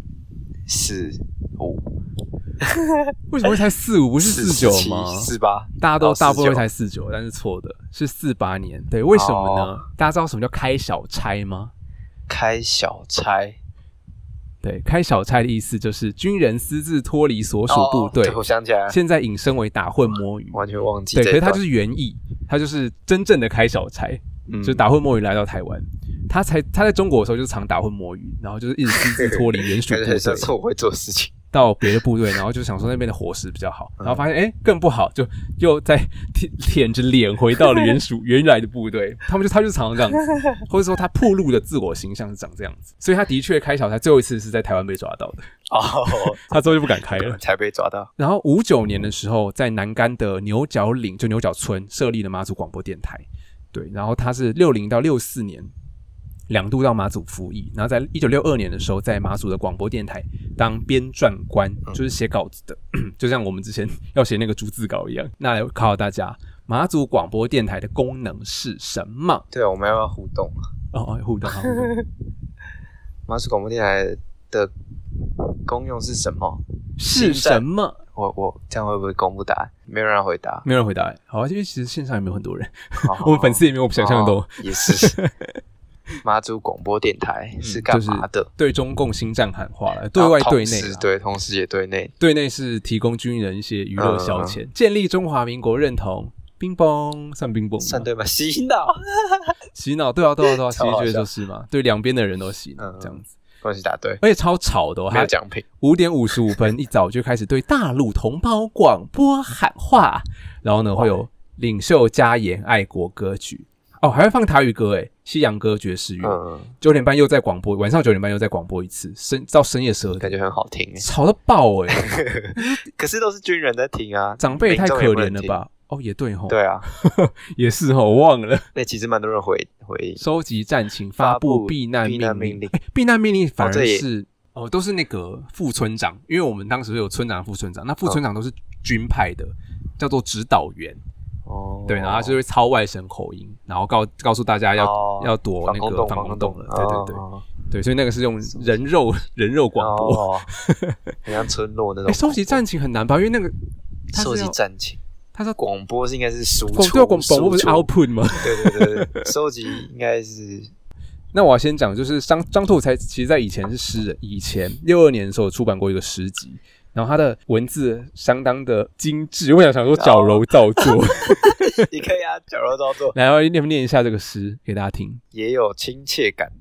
为什么会猜45不是49吗 ？48， 大部分会猜49，但是错的，是48年。对，为什么呢？大家知道什么叫开小差吗？ 开小差， 对，开小差的意思就是军人私自脱离所属部队。 我想起来了， 现在引申为打混摸鱼， 完全忘记。 对，可是它就是原意，它就是真正的开小差，就是打混摸鱼来到台湾。他在中国的时候就是常打混摸鱼，然后就是一直私自脱离原属部队， 这是我会做的事情。 到别的部队，然后就想说那边的伙食比较好，然后发现更不好，就又再舔着脸回到了原来的部队。他就常常这样子，或者说他暴露的自我形象是长这样子，所以他的确开小差最后一次是在台湾被抓到的。他之后就不敢开了， 才被抓到。 然后59年的时候，在南竿的牛角岭，就牛角村设立了马祖广播电台。对，然后他是60到64年。2度到马祖服役，然后在1962年的时候，在马祖的广播电台当编撰官，就是写稿子的，就像我们之前要写那个逐字稿一样。那来考考大家，马祖广播电台的功能是什么？ 对啊，我们要不要互动互动。 马祖广播电台的功用是什么？ 是什么？ 我这样会不会公布答案？没有人要回答， 没有人回答。好，因为其实线上也没有很多人，我们粉丝也没有我们想象的多。 也是。马祖广播电台是干嘛的？ 对中共心战喊话了，对外对内， 对，同时也对内。 对内是提供军人一些娱乐消遣，建立中华民国认同。冰崩算冰崩， 算对吗？洗脑， 洗脑，对啊，其实觉得就是嘛，对两边的人都洗脑这样子。 恭喜答对， 而且超吵的， 没有奖品。 5点55分一早就开始对大陆同胞广播喊话，然后呢会有领袖加言爱国歌曲。还会放台语歌西洋歌、爵士乐。9点半又在广播，晚上9点半又在广播一次，到深夜12点， 感觉很好听吵到爆可是都是军人在听啊， 长辈也太可怜了吧？也对吼， 对啊， 也是吼，我忘了。 那其实蛮多人回收集战情，发布避难命令。避难命令反而是都是那个副村长，因为我们当时有村长、副村长，那副村长都是军派的，叫做指导员。对，然后他就会操外省口音，然后告诉大家要躲那个防空洞了。对，所以那个是用人肉广播， 很像村落那种。 收集战情很难吧？因为那个收集战情，他说广播是应该是输出， 对，广播不是 output 吗？ 对，收集应该是。 那我要先讲，就是张拓才其实在以前是诗人，以前62年的时候出版过一个诗集。然后他的文字相当的精致，我想说矫揉造作。 你可以啊，矫揉造作。 来，我念一下这个诗给大家听。 也有亲切感的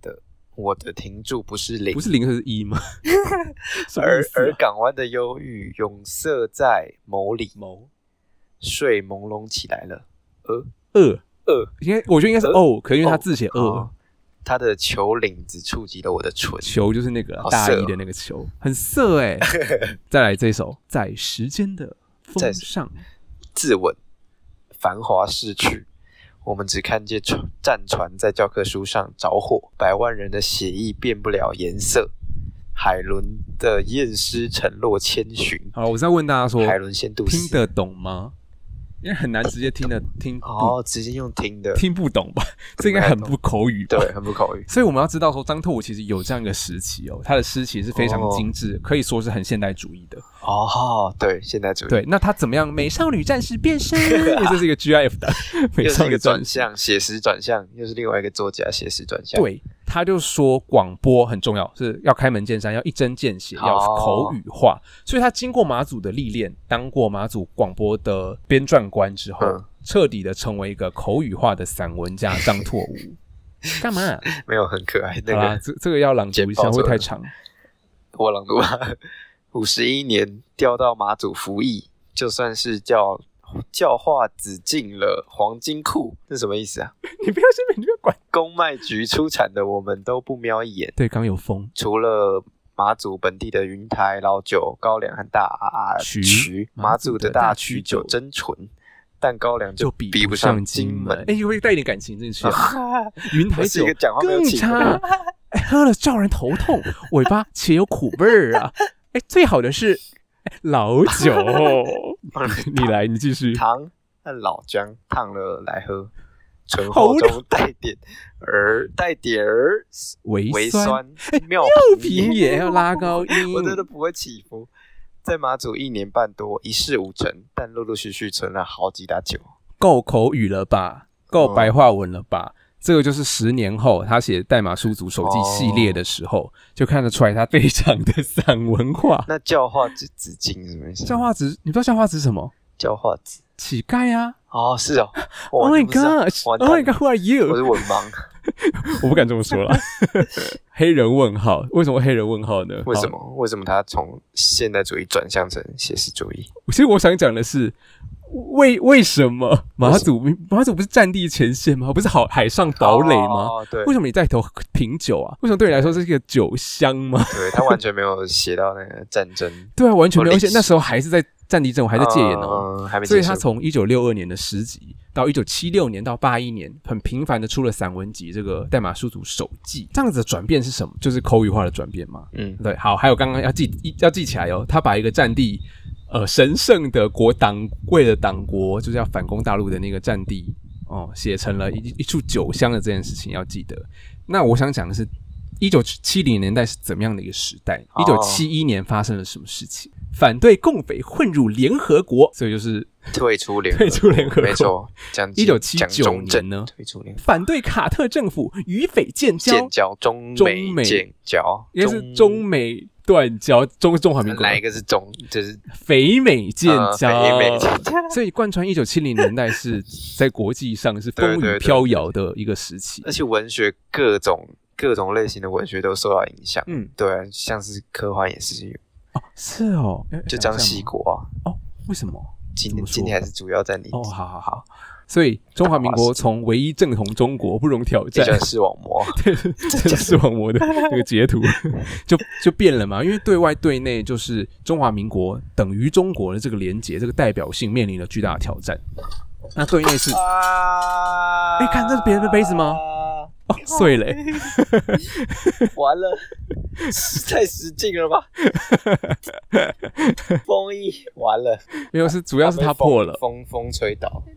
我的停驻不是零， 不是0是1吗？ 而港湾的忧郁永塞在眸里，睡朦胧起来了。 我觉得应该是可是因为他字写他的球领子触及了我的唇， 球就是那个大衣的那个球，很色欸。再来这一首，在时间的风上， 自刎，繁华逝去，我们只看见战船在教科书上着火，百万人的血液变不了颜色，海伦的验尸沉落千寻。 好，我再问大家说， 海伦先渡死， 听得懂吗？因为很难直接听直接用听的， 听不懂吧？这应该很不口语吧？ 对，很不口语。 所以我们要知道说，张拓武其实有这样一个时期哦，他的诗其实是非常精致，可以说是很现代主义的。 对，现代主义。 对，那他怎么样？美少女战士变身，这是一个 GIF 的美少女战士写实转向，又是另外一个作家写实转向。 对，他就说广播很重要，是要开门见山，要一针见血，要口语化。所以他经过马祖的历练，当过马祖广播的编撰官之后，彻底的成为一个口语化的散文家张拓武。干嘛？ 没有，很可爱。那个这个要朗读一下，会太长。 我朗读吧。51年调到马祖服役，就算是教化子进了黄金库，这什么意思啊？ 你不要管。 公卖局出产的我们都不瞄一眼。 对，刚有风。 除了马祖本地的云台老酒、高粱和大曲，马祖的大曲酒真纯，但高粱就比不上金门。 会带一点感情进去啊。云台酒更差，喝了叫人头痛，尾巴且有苦味儿啊。最好的是老酒。你继续。 糖和老姜烫了来喝，醇厚中带点微酸，妙品也要拉高音。 我真的不会起伏。在马祖1年半多，一事无成，但陆陆续续存了好几打酒。 够口语了吧？够白话文了吧？这个就是10年后他写《代码书族手记》系列的时候，就看得出来他非常的散文化。 那教化子金什么意思？ 教化子，你不知道教化子是什么？ 教化子乞丐啊！ 是哦。 Oh my god！Oh my god！Who are you？ 我是文盲。 我不敢这么说啦。黑人问号？为什么黑人问号呢？ 为什么他从现代主义转向成写实主义？ 其实我想讲的是，为什么马祖不是战地前线吗？不是海上堡垒吗？ 对， 为什么你带头品酒啊？为什么对你来说这是一个酒香吗？ 对，他完全没有写到那个战争。 对啊，完全没有，而且那时候还是在战地政，我还在戒严哦， 还没。 所以他从1962年的诗集到1976年到81年，很频繁的出了散文集，这个《代码书族手记》。这样子的转变是什么？就是口语化的转变嘛。对。好，还有刚刚要记起来哦，他把一个战地神圣的为了党国就是要反攻大陆的那个战地写成了一处酒香的这件事情要记得。那我想讲的是1970年代是怎么样的一个时代？1971年发生了什么事情？反对共匪混入联合国，所以就是退出联合国，没错。 1979年呢， 退出联合国， 反对卡特政府与匪建交， 中美建交， 应该是中美断交，中华民国哪一个是中？就是匪美建交，所以贯穿1970年代是在国际上是风雨飘摇的一个时期， 而且文学各种类型的文学都受到影响。对啊，像是科幻也是有。 是哦， 就张系国啊。 为什么？ 今天还是主要在你。 好。所以中华民国从唯一正统中国不容挑战， 视网膜， 对，这视网膜的那个截图就变了嘛。因为对外对内就是中华民国等于中国的这个连结，这个代表性面临了巨大的挑战。那对内是看这是别人的杯子吗？碎了完了，太使劲了吧？风一完了， 没有，主要是它破了， 风吹倒。 好，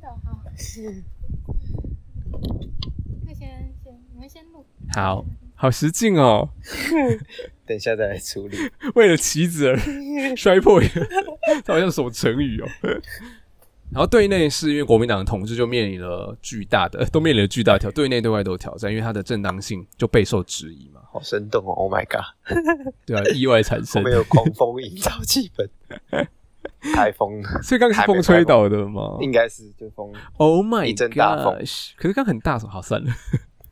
那你们先录。 好实劲哦。 等一下再来处理。 为了棋子而摔破一个，好像什么成语哦。然后对内是因为国民党的统治就面临了巨大的对内对外都有挑战，因为它的正当性就备受质疑嘛。 好生动哦 ！Oh my god！ 对啊，意外产生。 我们有狂风营造气氛，台风， 所以刚刚是风吹倒的吗？ 应该是就风。 Oh my god！ 一阵大风， 可是刚很大，好算了。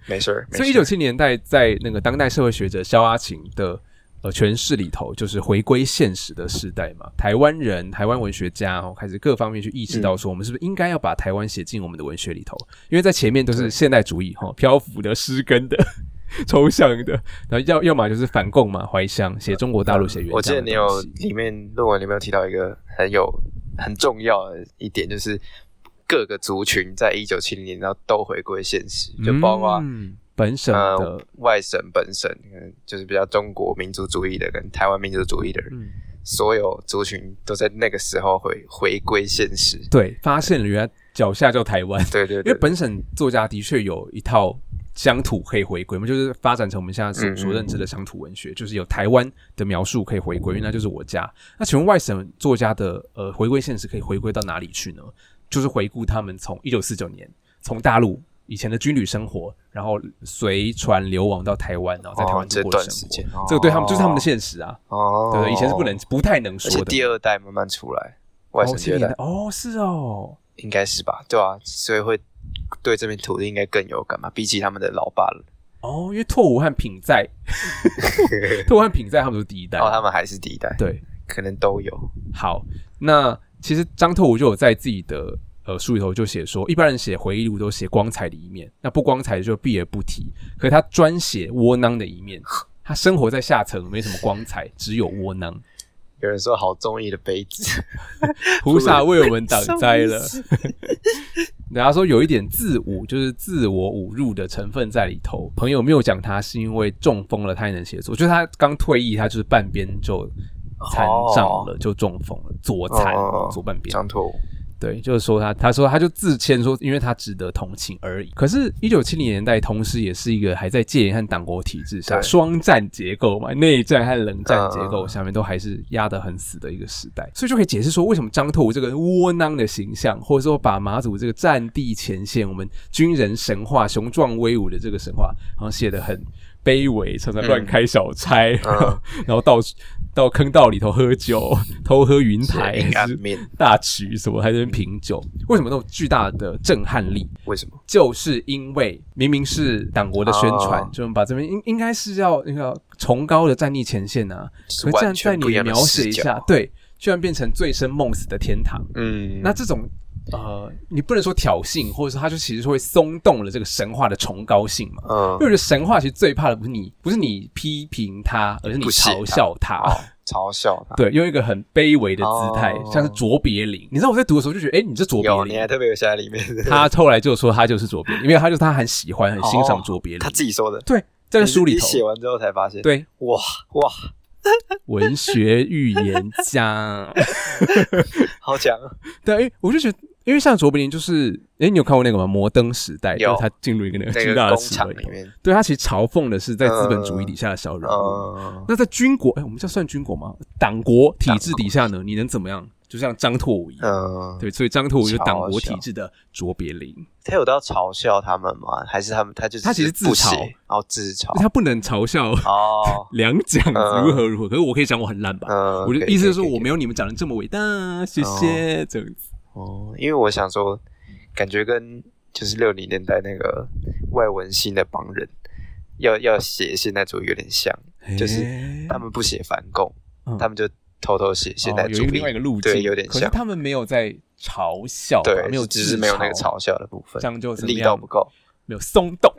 没事。 所以1970年代在那个当代社会学者萧阿琴的诠释里头，就是回归现实的时代嘛。台湾人、台湾文学家开始各方面去意识到说，我们是不是应该要把台湾写进我们的文学里头？因为在前面都是现代主义漂浮的、诗根的、抽象的，然后要么就是反共嘛，怀乡写中国大陆写原乡。 我记得你有里面论文里面有提到一个很重要的一点，就是各个族群在1970年都回归现实，就包括本省的、 外省、本省，就是比较中国民族主义的跟台湾民族主义的人，所有族群都在那个时候回归现实。 对，发现了原来脚下就台湾。对，因为本省作家的确有一套乡土可以回归嘛，就是发展成我们现在所认知的乡土文学，就是有台湾的描述可以回归，因为那就是我家。那请问外省作家的回归现实可以回归到哪里去呢？就是回顾他们从1949年从大陆以前的军旅生活，然后随船流亡到台湾，然后在台湾度过的生活。这个对他们就是他们的现实啊。对不对？以前是不太能说的。 而且第二代慢慢出来，外省第二代。 是哦， 应该是吧？对啊，所以会对这片土地应该更有感嘛，比起他们的老爸了。 因为拓跋和品在，拓跋和品在他们都是第一代。 他们还是第一代。对，可能都有。 好，那其实张拓跋就有在自己的书里头就写说，一般人写回忆录都写光彩的一面，那不光彩的就避而不提。可是他专写窝囊的一面，他生活在下层，没什么光彩，只有窝囊。 有人说好中意的杯子， 菩萨为我们挡灾了。人家说有一点自侮，就是自我侮辱的成分在里头。朋友没有讲他是因为中风了，他也能写作。就是他刚退役，他就是半边就残障了，就中风了，左残，左半边。 张拓跋。 对，就是说他说他就自谦说，因为他值得同情而已。可是1970年代同时也是一个还在戒严和党国体制下双战结构嘛，内战和冷战结构下面都还是压得很死的一个时代，所以就可以解释说为什么张拓跋这个窝囊的形象，或者说把马祖这个战地前线我们军人神话雄壮威武的这个神话好像写得很卑微，常常乱开小差，然后到坑道里头喝酒，偷喝云台大曲什么，还在品酒。为什么那种巨大的震撼力？ 为什么？ 就是因为明明是党国的宣传，就把这边应该是要那个崇高的战地前线啊，可是这样在你描写一下，对，居然变成醉生梦死的天堂。那这种你不能说挑衅，或者说它就其实会松动了这个神话的崇高性嘛。因为我觉得神话其实最怕的不是你批评它，而是你嘲笑它。 嘲笑它， 对，用一个很卑微的姿态，像是卓别林。你知道我在读的时候就觉得，你这卓别林， 你还特别有写在里面。 他后来就说他就是卓别林，因为他很喜欢、很欣赏卓别林。 他自己说的。 对，在书里头。 你写完之后才发现。 对， 哇， 文学预言家， 好强啊！ 对，我就觉得。因为像卓别林就是，你有看过那个吗？摩登时代，就是他进入一个那个巨大的工厂里面，对，他其实嘲讽的是在资本主义底下的小人物。那在军国，我们叫算军国吗？党国体制底下呢，你能怎么样？就像张拓跋一样，对，所以张拓跋就是党国体制的卓别林。 他有到嘲笑他们吗？还是他就是他其实自嘲， 自嘲， 他不能嘲笑两蒋如何，可是我可以讲我很烂吧？我的意思是说我没有你们讲的这么伟大，谢谢这样子。 因为我想说，感觉跟就是60年代那个外文系的帮人要写现代主义有点像，就是他们不写反共，他们就偷偷写现代主义， 有另外一个路径， 对，有点像。 可是他们没有在嘲笑， 对， 没有只是没有那个嘲笑的部分， 这样就力道不够， 没有松动。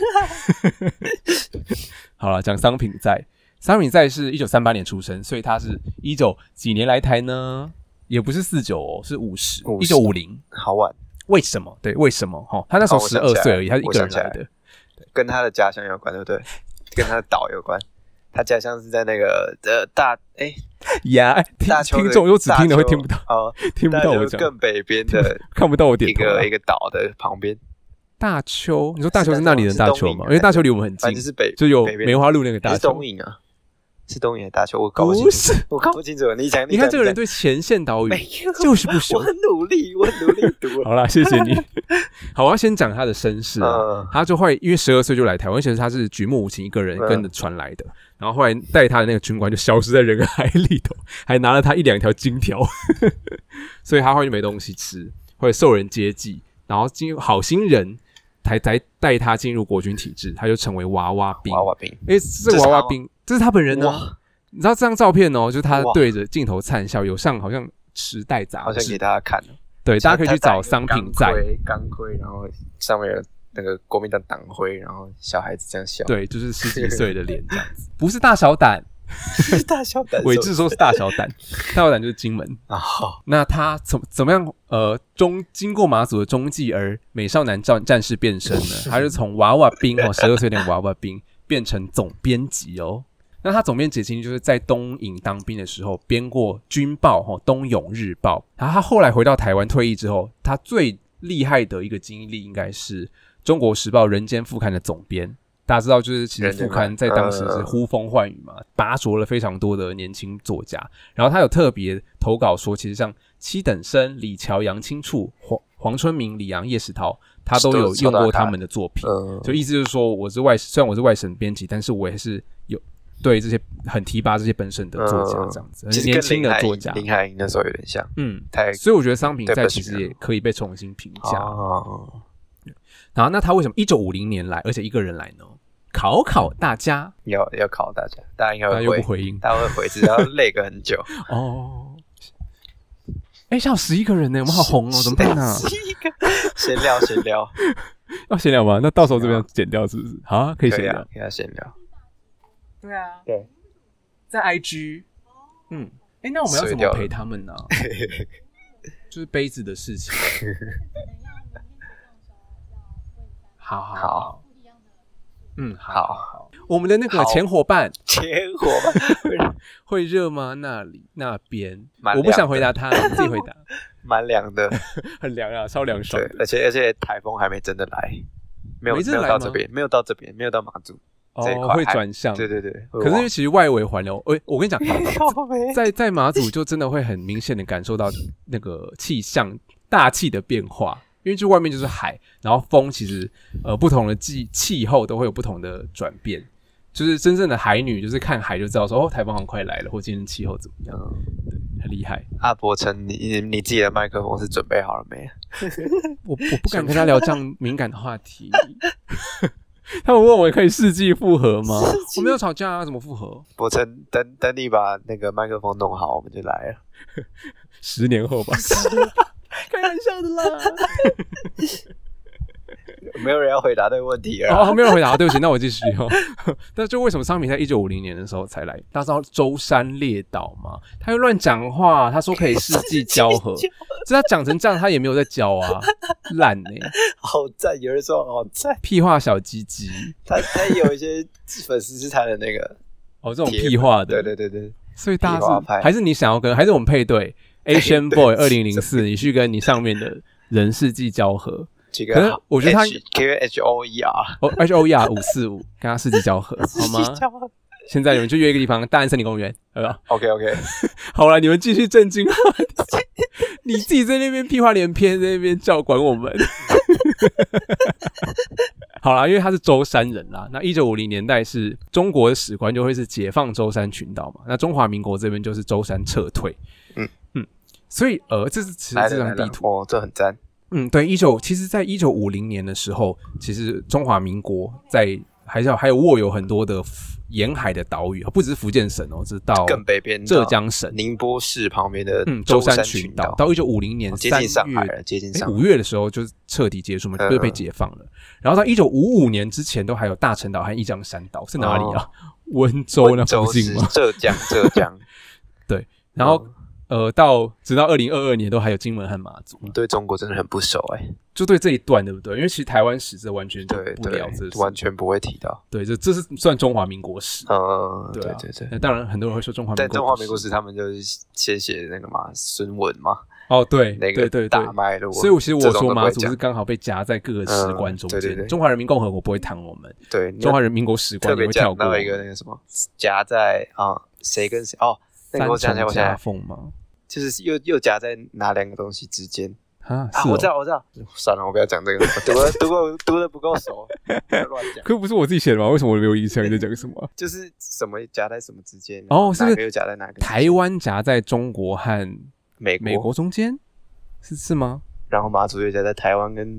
好了，讲商品在是1938年出生，所以他是19几年来台呢？也不是49是50，1950， 好晚。 为什么？对，为什么？他那时候12岁而已，他是一个人来的， 跟他的家乡有关，对不对？跟他的岛有关。他家乡是在那个听众又只听的会听不到听不到我讲更北边的看不到我点头一个岛的旁边。 大邱，你说大邱是那里的大邱吗？因为大邱离我们很近，就有梅花鹿那个大邱。 是东引啊。是东引的大邱，我搞不清楚，我搞不清楚。你看这个人对前线岛屿就是不熟。 我很努力读。 好啦，谢谢你。好，我要先讲他的身世啊。他就会因为12岁就来台湾，而且他是举目无亲一个人跟着船来的。然后后来带他的那个军官就消失在人海里头，还拿了他1-2条金条，所以他后来就没东西吃，会受人接济。然后好心人才带他进入国军体制，他就成为娃娃兵。 娃娃兵， 这娃娃兵，这是他本人呢。你知道这张照片哦，就是他对着镜头灿笑，有上好像《时代》杂志， 好像给大家看了。 对，大家可以去找商品在钢盔，然后上面有那个国民党党徽，然后小孩子这样笑。 对，就是10几岁的脸这样子，不是大小胆。 是大小胆， 伟志说是大小胆，大小胆就是金门啊。 那他怎么样？经过马祖的中继而美少男战士变身呢？他就从娃娃兵12岁的娃娃兵变成总编辑哦。那他总编辑其实就是在东引当兵的时候编过军报东永日报，然后他后来回到台湾退役之后，他最厉害的一个经历应该是中国时报人间副刊的总编。大家知道，就是其实副刊在当时是呼风唤雨嘛，拔擢了非常多的年轻作家。然后他有特别投稿说，其实像七等生、李乔、杨清处、黄春明、李阳、叶石涛，他都有用过他们的作品。就意思就是说，虽然我是外省编辑，但是我也是有对这些很提拔这些本省的作家这样子， 其实年轻的作家。 林海音那时候有点像， 所以我觉得商品在其实也可以被重新评价。然后，那他为什么1950年来，而且一个人来呢？考大家， 要考大家，大家应该会又不回应， 大家会回，只要累个很久哦。现在有11个人呢，我们好红哦，怎么办呢 ？11个，闲聊， 要闲聊吗？那到时候这边剪掉是不是？好，可以闲聊， 可以闲聊。 对啊， 对， 在 IG，那我们要怎么陪他们呢？就是杯子的事情。好。好，我们的那个前伙伴会热吗？那边，我不想回答他，你自己回答。 蛮凉的， 很凉啊，超凉爽。 对，而且台风还没真的来，没有到这边，没有到马祖这一块， 会转向。对。可是其实外围环流，我跟你讲，在马祖就真的会很明显的感受到那个气象大气的变化。因为就外面就是海，然后风其实不同的气候都会有不同的转变，就是真正的海女就是看海就知道说台风好像快来了，或今天气候怎么样，对，很厉害。 阿伯称你自己的麦克风是准备好了没？ 我不敢跟他聊这样敏感的话题。他们问我可以世纪复合吗？我没有吵架啊，怎么复合？ 伯称等你把那个麦克风弄好，我们就来了。 10年后吧。开玩笑的啦， 没有人要回答这个问题了。 没有人回答，对不起，那我继续哦。但就为什么商品在1950年的时候才来？大家知道舟山列岛吗？他又乱讲话，他说可以世纪交合，这他讲成这样，他也没有在教啊，烂呢。 好赞，有人说好赞， 屁话小鸡鸡。 他有一些粉丝是他的那个这种屁话的， 对。 所以大家还是你想要跟，还是我们配对？Asian Boy 2004，你去跟你上面的人世纪交合，可是我觉得他 HOER 545跟他世纪交合，好吗？现在你们就约一个地方，大安森林公园，好不好 ？OK。 好了，你们继续正经话题。你自己在那边屁话连篇，在那边教管我们。好啦，因为他是舟山人啦。那1950年代是中国的史观就会是解放舟山群岛嘛，那中华民国这边就是舟山撤退。所以这是其实这张地图这很赞。 对，其实在1950年的时候，其实中华民国还有握有很多的沿海的岛屿，不只是福建省哦，是到更北边浙江省宁波市旁边的舟山群岛。到1950年接近上海了，接近上海 5月的时候就彻底结束嘛，就被解放了。然后到1955年之前，都还有大陈岛和一江山岛，是哪里啊？温州那附近吗？ 浙江。 对，然后直到2022年都还有金门和马祖。 对中国真的很不熟就对这一段对不对？因为其实台湾史这完全就不聊这事， 完全不会提到。 对，这是算中华民国史。 对。 那当然很多人会说中华民国史， 但中华民国史他们就是先写那个嘛孙文嘛。 对， 那个大脉络。 所以其实我说马祖是刚好被夹在各个史观中间。对，中华人民共和国不会谈我们。 对， 中华人民国史观也会跳过。 特别讲到一个那个什么夹在谁跟谁那个我想夹缝吗？ 就是又夹在哪两个东西之间我知道，算了，我不要讲这个，读的不够熟，不要乱讲。 可不是我自己写的吗？为什么我没有印象你在讲什么？ 就是什么夹在什么之间？ 是不是又夹在哪个？ 台湾夹在中国和美国中间，是吗？ 然后马祖又夹在台湾跟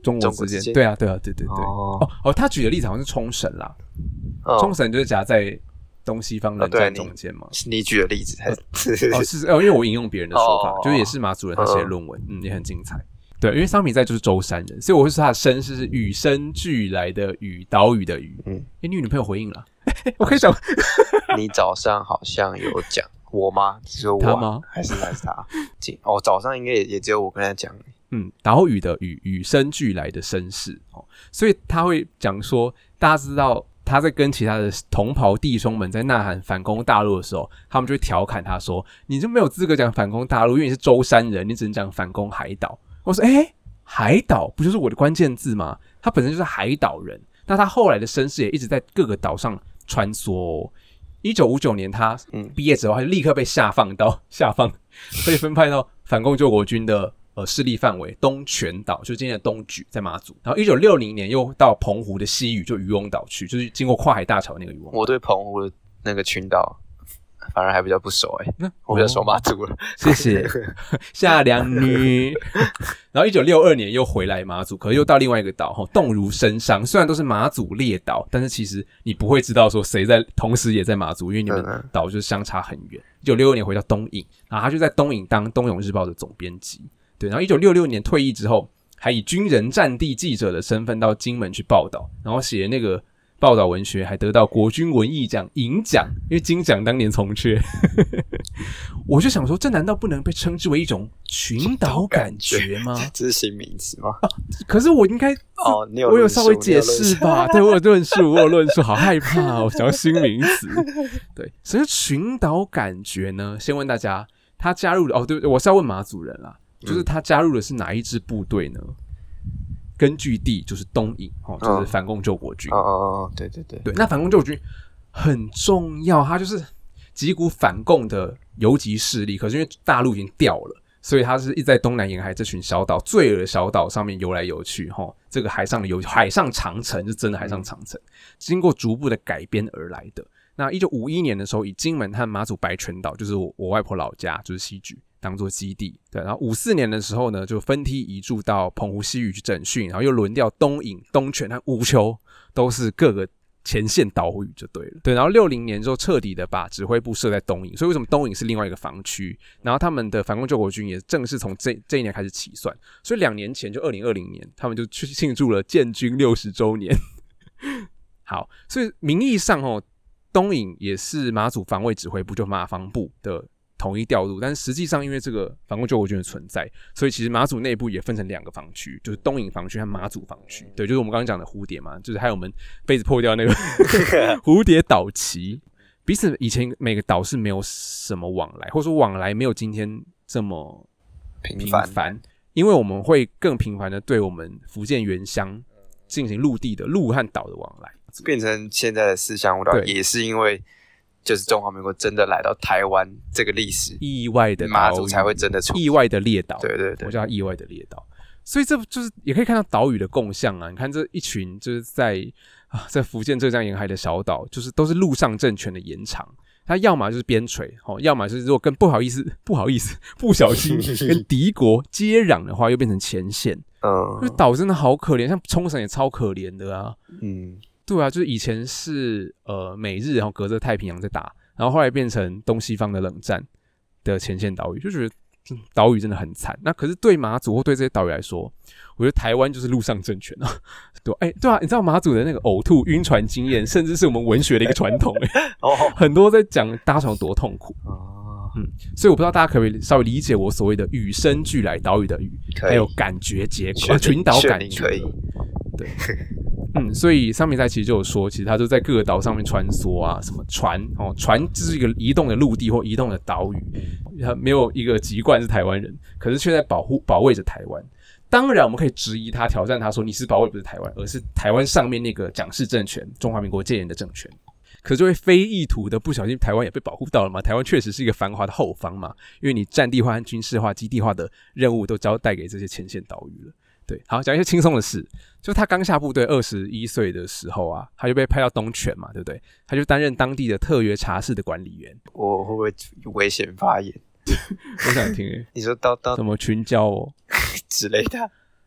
中国之间，对啊，对啊，对对对。哦，他举的例子好像是冲绳啦，冲绳就是夹在东西方冷战中间嘛。 你举的例子还是是因为我引用别人的说法，就是也是马祖人他写的论文，也很精彩。对，因为桑比在就是舟山人，所以我会说他的身世是与生俱来的与，岛屿的屿。你女朋友回应了，我可以讲。 你早上好像有讲我吗？只有我他吗？ 还是他？早上应该也只有我跟他讲。 岛屿的屿，与生俱来的身世。所以他会讲说，大家知道他在跟其他的同袍弟兄们在呐喊反攻大陆的时候，他们就会调侃他说：“你就没有资格讲反攻大陆，因为你是舟山人，你只能讲反攻海岛。”我说：“海岛不就是我的关键字吗？他本身就是海岛人，那他后来的身世也一直在各个岛上穿梭。1959年他毕业之后，他就立刻被被分派到反共救国军的势力范围东泉岛，就是今天的东莒，在马祖。然后1960年又到澎湖的西屿，就渔翁岛去，就是经过跨海大桥那个渔翁岛。 我对澎湖的那个群岛反而还比较不熟我比较熟马祖了。 谢谢夏良女。然后1962年又回来马祖，可是又到另外一个岛动如参商。虽然都是马祖列岛，但是其实你不会知道说谁在同时也在马祖，因为你们岛就是相差很远。1962年回到东引，然后他就在东引当东永日报的总编辑。对，然后1966年退役之后，还以军人战地记者的身份到金门去报道，然后写那个报道文学，还得到国军文艺奖银奖，因为金奖当年从缺。我就想说，这难道不能被称之为一种群岛感觉吗？ 这是新名词吗？ 可是我应该我有稍微解释吧？对，我有论述，好害怕我想要新名词。对，什么群岛感觉呢？先问大家，他加入的对，我是要问马祖人啦，就是他加入的是哪一支部队呢？根据地就是东引，就是反共救国军。 对， 那反共救国军很重要，它就是几股反共的游击势力。可是因为大陆已经掉了，所以它是一直在东南沿海这群小岛、罪恶的小岛上面游来游去。这个海上长城是真的海上长城，经过逐步的改编而来的。那1951年的时候，以金门和马祖白泉岛，就是我外婆老家，就是西莒，当做基地。对，然后54年的时候呢，就分梯移驻到澎湖西屿去整训，然后又轮调东引、东泉和乌丘，都是各个前线岛屿就对了。对，然后60年之后彻底的把指挥部设在东引，所以为什么东引是另外一个防区？然后他们的反共救国军也正式从这一年开始起算，所以2年前就2020年，他们就去庆祝了建军60周年。好，所以名义上东引也是马祖防卫指挥部，就马防部的统一调度，但是实际上因为这个反共救国军的存在，所以其实马祖内部也分成2个防区，就是东引防区和马祖防区。对，就是我们刚刚讲的蝴蝶嘛，就是还有我们被子破掉那个蝴蝶岛旗。彼此以前每个岛是没有什么往来，或者说往来没有今天这么频繁，因为我们会更频繁的对我们福建原乡进行陆地的陆和岛的往来， 变成现在的4乡5岛，也是因为就是中华民国真的来到台湾这个历史意外的马祖才会真的出意外的列岛， 对， 我叫它意外的列岛。所以这就是也可以看到岛屿的共相啊！你看这一群就是在福建浙江沿海的小岛，就是都是陆上政权的延长。它要么就是边陲，要么就是如果跟不小心跟敌国接壤的话，又变成前线。因为岛真的好可怜，像冲绳也超可怜的啊。对啊，就是以前是美日，然后隔着太平洋在打，然后后来变成东西方的冷战的前线岛屿，就觉得岛屿真的很惨。那可是对马祖或对这些岛屿来说，我觉得台湾就是陆上政权啊。对啊，你知道马祖的那个呕吐晕船经验，甚至是我们文学的一个传统很多在讲搭船有多痛苦。所以我不知道大家可不可以稍微理解我所谓的与生俱来岛屿的屿，还有感觉结构群岛感觉。可以，对。所以上面在其实就有说，其实他就在各个岛上面穿梭啊，什么船就是一个移动的陆地或移动的岛屿，他没有一个籍贯是台湾人，可是却在保卫着台湾。当然我们可以质疑他，挑战他说你是保卫不是台湾，而是台湾上面那个蒋氏政权，中华民国戒严的政权。可是就会非意图的不小心台湾也被保护到了嘛，台湾确实是一个繁华的后方嘛，因为你战地化和军事化基地化的任务都交代给这些前线岛屿了。对，好，讲一些轻松的事，就他刚下部队21岁的时候啊，他就被派到东泉嘛，对不对？他就担任当地的特约茶室的管理员。 我会不会危险发言？ 我想听你说到什么群交之类的。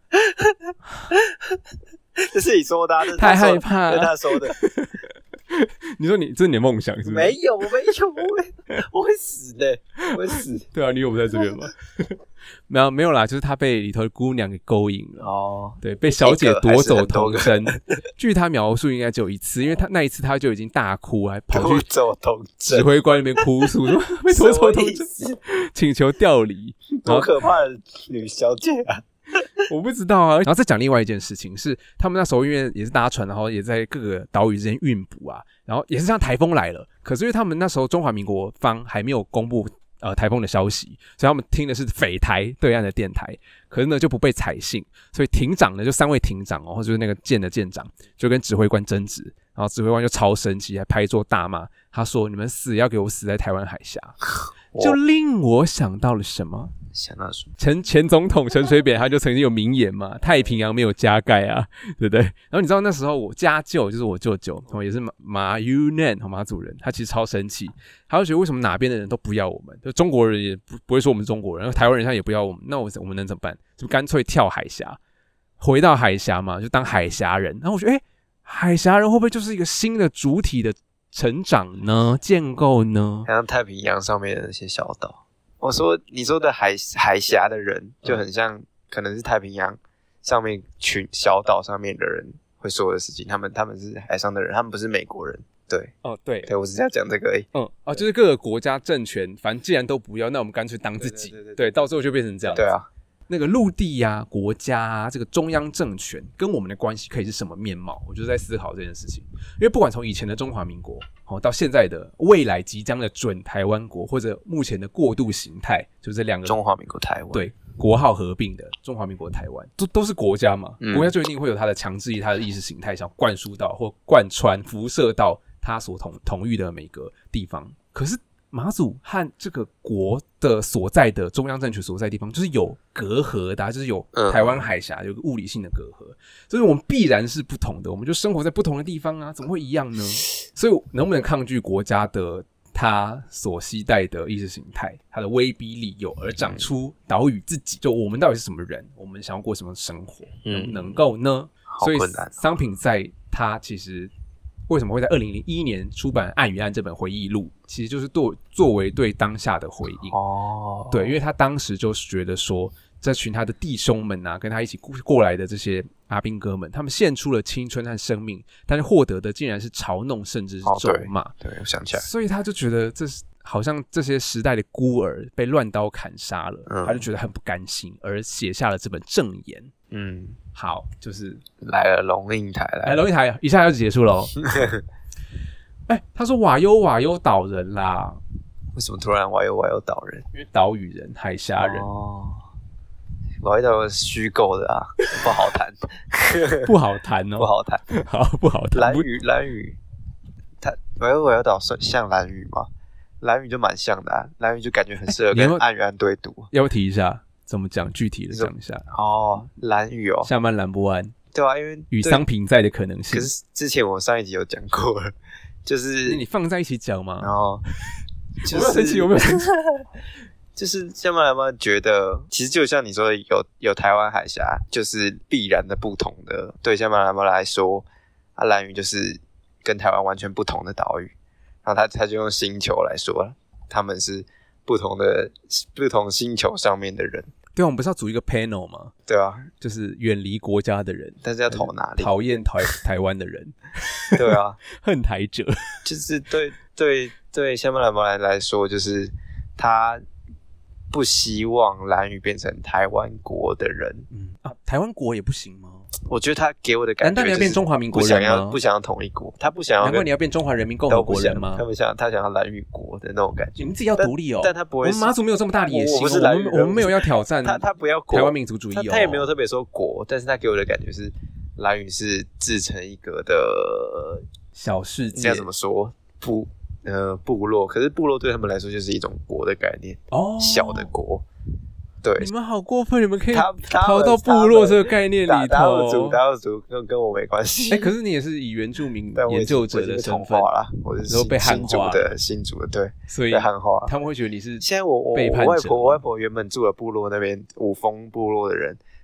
这是你说的、啊， 太害怕了， 这是他说的。 你说这是你的梦想是不是？ 没有，我会死的，我会死。 对啊，你有不在这边吗？没有啦，就是他被里头的姑娘给勾引了。哦，对，被小姐夺走童真。据他描述，应该只有一次，因为他那一次他就已经大哭，还跑去指挥官那边哭诉说被夺走童真，请求调离。 多可怕的女小姐啊！ 我不知道啊。然后再讲另外一件事情是，他们那时候因为也是搭船，然后也在各个岛屿之间运补啊，然后也是像台风来了，可是因为他们那时候中华民国方还没有公布台风的消息，所以他们听的是匪台对岸的电台，可是呢就不被采信，所以艇长呢就3位艇长或者就是那个舰的舰长就跟指挥官争执，然后指挥官就超生气，还拍桌大骂，他说：“你们死要给我死在台湾海峡。”就令我想到了什么？ 想到什么？ 前总统陈水扁他就曾经有名言嘛，太平洋没有加盖啊，对不对？然后你知道那时候我家舅就是我舅舅，也是马 UNAN 马祖人，他其实超生气，他就觉得为什么哪边的人都不要我们，就中国人也不会说我们是中国人，台湾人他也不要我们，那我们能怎么办？就干脆跳海峡，回到海峡嘛，就当海峡人。然后我觉得，海峡人会不会就是一个新的主体的成长呢？建构呢？ 像太平洋上面的那些小岛。我说你说的海峡的人就很像可能是太平洋上面群小岛上面的人会说的事情，他们是海上的人，他们不是美国人。对对，我只是要讲这个而已。 就是各个国家政权反正既然都不要，那我们干脆当自己。对，到最后就变成这样。 对啊， 那个陆地啊国家啊这个中央政权跟我们的关系可以是什么面貌，我就在思考这件事情。因为不管从以前的中华民国到现在的未来即将的准台湾国，或者目前的过渡形态，就这两个中华民国台湾， 对，国号合并的中华民国台湾，都是国家嘛，国家就一定会有它的强制力，它的意识形态想灌输到或贯穿辐射到它所统御的每个地方。可是马祖和这个国的所在的中央政权所在的地方就是有隔阂的就是有台湾海峡有个物理性的隔阂，所以我们必然是不同的，我们就生活在不同的地方啊，怎么会一样呢？所以能不能抗拒国家的它所期待的意识形态，它的威逼利诱而长出岛屿自己，就我们到底是什么人，我们想要过什么生活，能够呢？所以商品在它其实为什么会在2001年出版《岸与岸》这本回忆录，其实就是作为对当下的回应。对，因为他当时就觉得说，这群他的弟兄们啊，跟他一起过来的这些阿兵哥们，他们献出了青春和生命，但是获得的竟然是嘲弄，甚至是咒骂。 对，我想起来。 所以他就觉得好像这些时代的孤儿被乱刀砍杀了，他就觉得很不甘心，而写下了这本证言。好，就是来了龙应台龙应台一下就结束了。他说瓦优岛人啦， 为什么突然瓦优岛人？ 因为岛屿人、海峡人。 瓦优岛是虚构的啊，不好谈， 不好谈哦， 不好谈， 好不好谈。 兰屿，瓦优岛像兰屿吗？兰屿就蛮像的啊，兰屿就感觉很适合跟岸与岸对赌。 要不要提一下？怎么讲？具体的讲一下。 兰屿下曼兰波湾。 对啊，因为与商品在的可能性。 可是之前我上一集有讲过了，就是你放在一起讲嘛。 然后我没有生气，我没有生气。 就是下曼兰波湾觉得，其实就像你说的，有台湾海峡，就是必然的不同的。对下曼兰波湾来说，兰屿就是跟台湾完全不同的岛屿。然后他就用星球来说，他们是不同星球上面的人。 对啊，我们不是要组一个 panel 吗？ 对啊， 就是远离国家的人， 但是要投哪里？ 讨厌台湾的人。 对啊， 恨台者。 就是对下曼兰波湾来说，就是他不希望兰屿变成台湾国的人。 台湾国也不行吗？ 我觉得他给我的感觉， 难道你要变中华民国人吗？ 不想要统一国，他不想要。 难怪你要变中华人民共和国人吗？ 他想要兰屿国的那种感觉。 你们自己要独立哦， 但他不会。 我们马祖没有这么大的野心，我们没有要挑战他不要台湾民族主义哦。 他也没有特别说国，但是他给我的感觉是兰屿是自成一格的小世界。 这样怎么说？部落，可是部落对他们来说就是一种国的概念小的国。对， 你们好过分！你们可以跑到部落这个概念里头。 达悟族跟我没关系。 可是你也是以原住民研究者的身份啦，我是被汉化新竹的，对， 所以被汉化， 他们会觉得你是现在我背叛者。 我外婆原本住的部落那边五峰部落的人，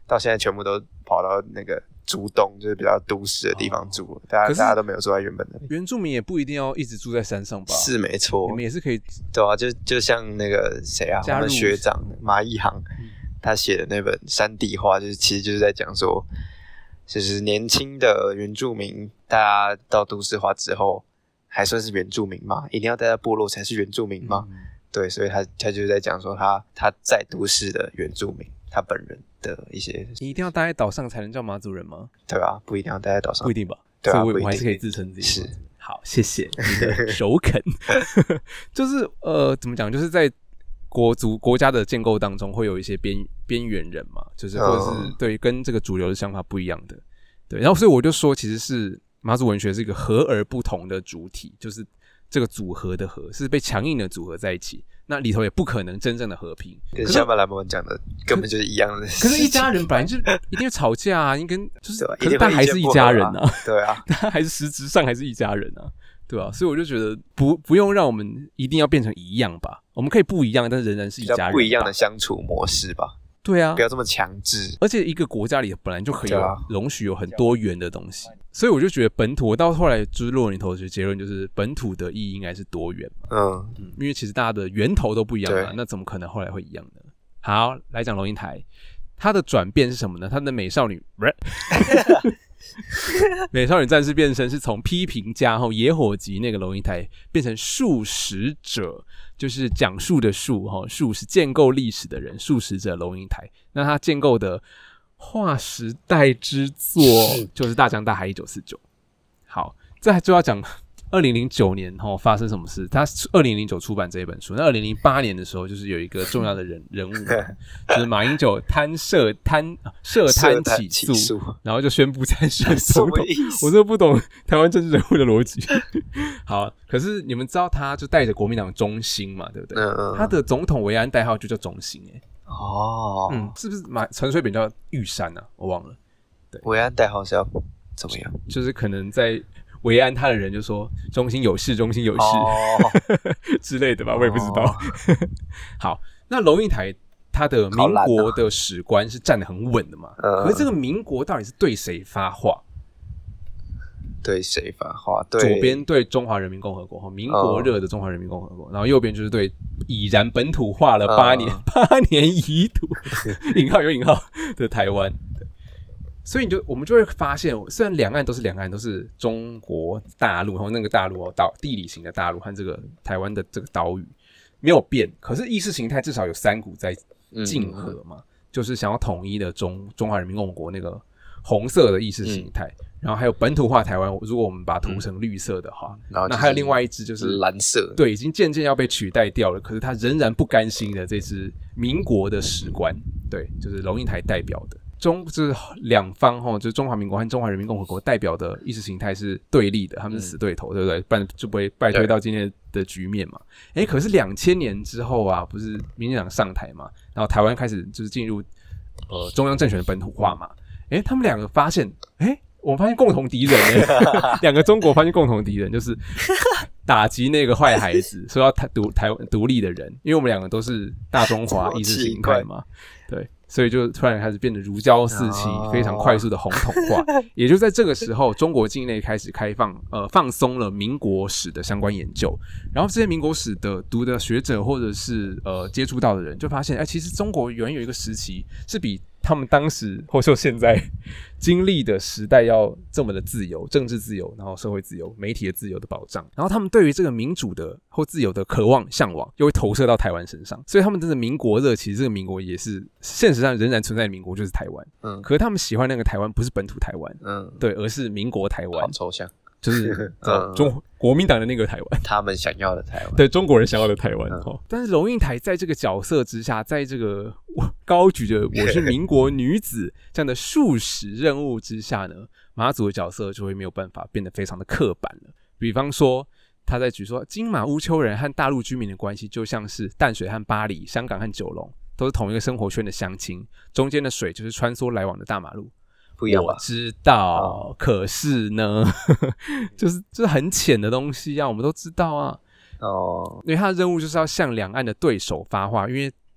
到现在全部都跑到那个竹东，就是比较都市的地方住了，大家都没有住在原本的。 原住民也不一定要一直住在山上吧？ 是没错， 你们也是可以。 对啊，就像那个谁啊，我们学长马一航，他写的那本《山地话》，其实就是在讲说，就是年轻的原住民，大家到都市化之后，还算是原住民吗？一定要待在部落才是原住民吗？对，所以他就是在讲说他在都市的原住民，他本人的一些。 你一定要待在岛上才能叫马祖人吗？ 对啊，不一定要待在岛上， 不一定吧？ 对啊， 所以我还是可以自称自己是。 好，谢谢你的首肯。就是怎么讲？就是在国家的建构当中，会有一些边缘人嘛，就是或者是对跟这个主流的想法不一样的。对，然后所以我就说，其实是马祖文学是一个和而不同的主体，就是这个组合的和是被强硬的组合在一起，那里头也不可能真正的和平。 跟夏曼兰博文讲的根本就是一样的。 可是一家人本来就一定会吵架啊，你跟就是，可是他还是一家人啊， 对啊， 他还是实质上还是一家人啊，对吧？所以我就觉得不用让我们一定要变成一样吧，我们可以不一样，但是仍然是一家人， 不一样的相处模式吧。 对啊， 不要这么强制。 而且一个国家里本来就可以容许有很多元的东西，所以我就觉得本土，我到后来就是落你头的结论就是本土的意义应该是多元嘛。因为其实大家的源头都不一样嘛，那怎么可能后来会一样呢？好，来讲龙应台，它的转变是什么呢？它的美少女美少女战士变身是从批评家后野火集那个龙应台变成述史者，就是讲述的述，述是建构历史的人，述史者龙应台。那他建构的划时代之作就是大江大海1949。好，再就要讲2009年发生什么事。他2009出版这一本书，那2008年的时候，就是有一个重要的人物，就是马英九涉贪起诉，然后就宣布参选总统。我真的不懂台湾政治人物的逻辑。好，可是你们知道他就带着国民党中兴嘛，对不对？他的总统维安代号就叫中兴是不是陈水扁叫玉山啊？我忘了。对， 维安代号是要怎么样？ 就是可能在维安他的人就说中兴有事，中兴有事之类的吧，我也不知道。好，那龙应台他的民国的史观是站得很稳的嘛，可是这个民国到底是对谁发话？ 对谁发话？对， 左边对中华人民共和国，民国热的中华人民共和国，然后右边就是对已然本土化了8年遗土引号有引号的台湾。所以我们就会发现，虽然两岸都是中国大陆，然后那个大陆地理型的大陆和这个台湾的这个岛屿没有变，可是意识形态至少有3股在竞合嘛，就是想要统一的中华人民共和国那个红色的意识形态，然后还有本土化台湾，如果我们把它涂成绿色的话，那还有另外一支就是蓝色， 对，已经渐渐要被取代掉了，可是他仍然不甘心的这支民国的史观，对，就是龙应台代表的。就是两方就是中华民国和中华人民共和国代表的意识形态是对立的，他们是死对头，对不对？不然就不会败退到今天的局面嘛。可是2000年之后啊，不是民进党上台嘛，然后台湾开始就是进入中央政权的本土化嘛。他们两个发现，我们发现共同敌人两个中国发现共同敌人就是打击那个坏孩子，说要独立的人，因为我们两个都是大中华意识形态嘛，对。所以就突然开始变得如胶似漆，非常快速的红统化。也就在这个时候，中国境内开始放松了民国史的相关研究。然后这些民国史的读的学者或者是接触到的人，就发现，其实中国原有一个时期是比他们当时或者说现在经历的时代要这么的自由，政治自由，然后社会自由，媒体的自由的保障，然后他们对于这个民主的或自由的渴望向往又会投射到台湾身上，所以他们真的民国热，其实这个民国也是现实上仍然存在的民国，就是台湾。可是他们喜欢那个台湾不是本土台湾，对，而是民国台湾。 好抽象， 就是国民党的那个台湾， 他们想要的台湾， 对，中国人想要的台湾。但是龙应台在这个角色之下，在这个高举着我是民国女子这样的述史任务之下呢，马祖的角色就会没有办法变得非常的刻板了。比方说他在举说金马乌丘人和大陆居民的关系就像是淡水和巴黎，香港和九龙都是同一个生活圈的乡亲，中间的水就是穿梭来往的大马路。 不一样吧？ 我知道，可是呢就是很浅的东西啊，我们都知道啊。因为他的任务就是要向两岸的对手发话，因为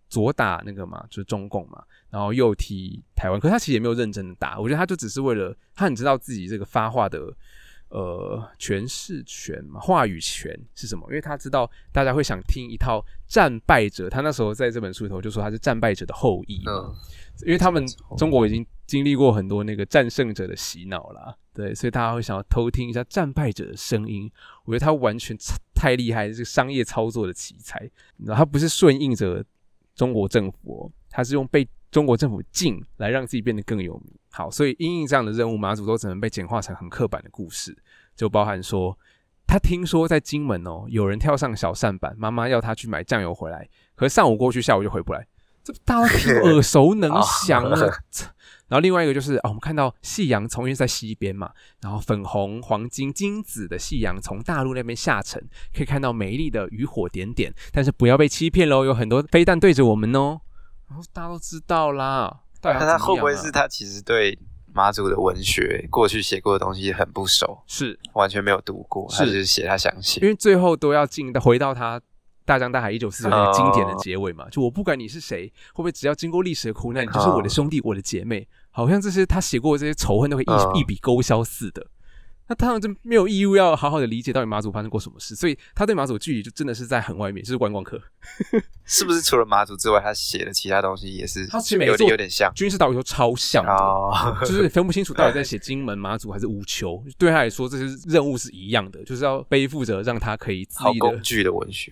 左打那个嘛，就是中共嘛，然后右踢台湾，可是他其实也没有认真的打，我觉得他就只是为了他很知道自己这个发话的诠释权嘛，话语权是什么？因为他知道大家会想听一套战败者，他那时候在这本书里头就说他是战败者的后裔嘛，因为他们中国已经经历过很多那个战胜者的洗脑啦，对，所以大家会想要偷听一下战败者的声音。我觉得他完全太厉害，是商业操作的奇才，他不是顺应着中国政府他是用被中国政府禁来让自己变得更有名。好，所以因应这样的任务，马祖都只能被简化成很刻板的故事，就包含说他听说在金门有人跳上小扇板，妈妈要他去买酱油回来，可是上午过去，下午就回不来，这大家都听耳熟能详了。然后另外一个就是我们看到夕阳从因为在西边嘛，然后粉红、黄金、金紫的夕阳从大陆那边下沉，可以看到美丽的渔火点点，但是不要被欺骗咯，有很多飞弹对着我们哦。然后大家都知道啦，但他会不会是他其实对马祖的文学过去写过的东西很不熟， 是完全没有读过，他就是写他想写， 因为最后都要回到他大江大海1949那个经典的结尾嘛，就我不管你是谁，会不会只要经过历史的苦难，你就是我的兄弟，我的姐妹，好像这些他写过的这些仇恨都会一笔勾销似的。那当然就没有义务要好好的理解到底马祖发生过什么事，所以他对马祖的距离就真的是在很外面，就是观光客。 是不是除了马祖之外，他写的其他东西也是有点像军事岛屿都超像的，就是分不清楚到底在写金门、马祖还是乌丘。对他来说，这些任务是一样的，就是要背负着让他可以恣意的好工具的文学。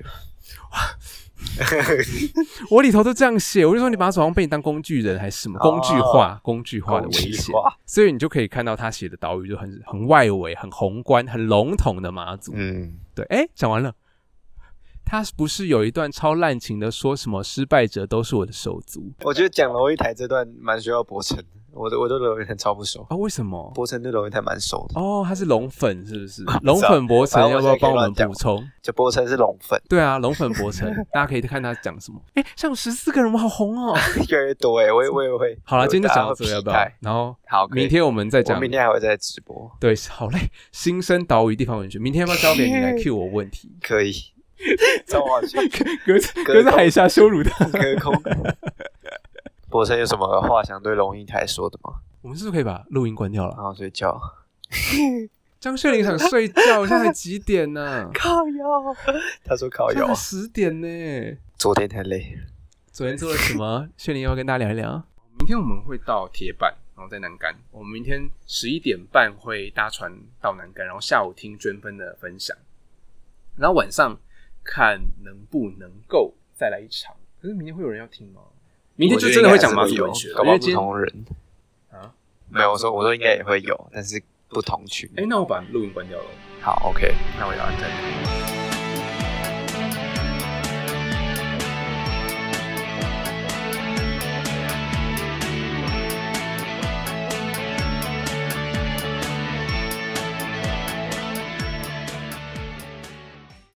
我里头都这样写，我就说你马祖好像被你当工具人还是什么工具化的危险，所以你就可以看到他写的岛屿就很外围、很宏观、很笼统的马祖。对，讲完了。他不是有一段超滥情的说什么失败者都是我的手足？ 我觉得讲龙应台这段蛮需要博成的，我对龙应台超不熟啊。为什么？ 博成对龙应台蛮熟的他是龙粉是不是？龙粉博成要不要帮我们补充？ 就博成是龙粉， 对啊，龙粉博成，大家可以看他讲什么。像有14个人，我好红哦， 越来越多我也会。 好了，今天就讲到这要不要？然后好，明天我们再讲。 我明天还会再直播。 对，好嘞，新生岛屿地方文学，明天要不要交给你来 cue 我问题？ 可以。超好笑， 隔着海峡羞辱他， 隔空。博成有什么话想对龙应台说的吗？ 我们是不是可以把录音关掉了？ 然后睡觉。 张学良想睡觉，现在才几点呢？ 靠腰，他说靠腰 ，10点呢。 昨天太累了。 昨天做了什么？学良要不要跟大家聊一聊？明天我们会到铁板，然后在南竿。我们明天11点半会搭船到南竿，然后下午听娟芬的分享，然后晚上看能不能够再来一场。可是明天会有人要听吗？明天就真的会讲马祖文学， 搞不好不同人啊？没有，我说应该也会有，但是不同群。 那我把录音关掉了。 好 ，OK， 那我要按暂停。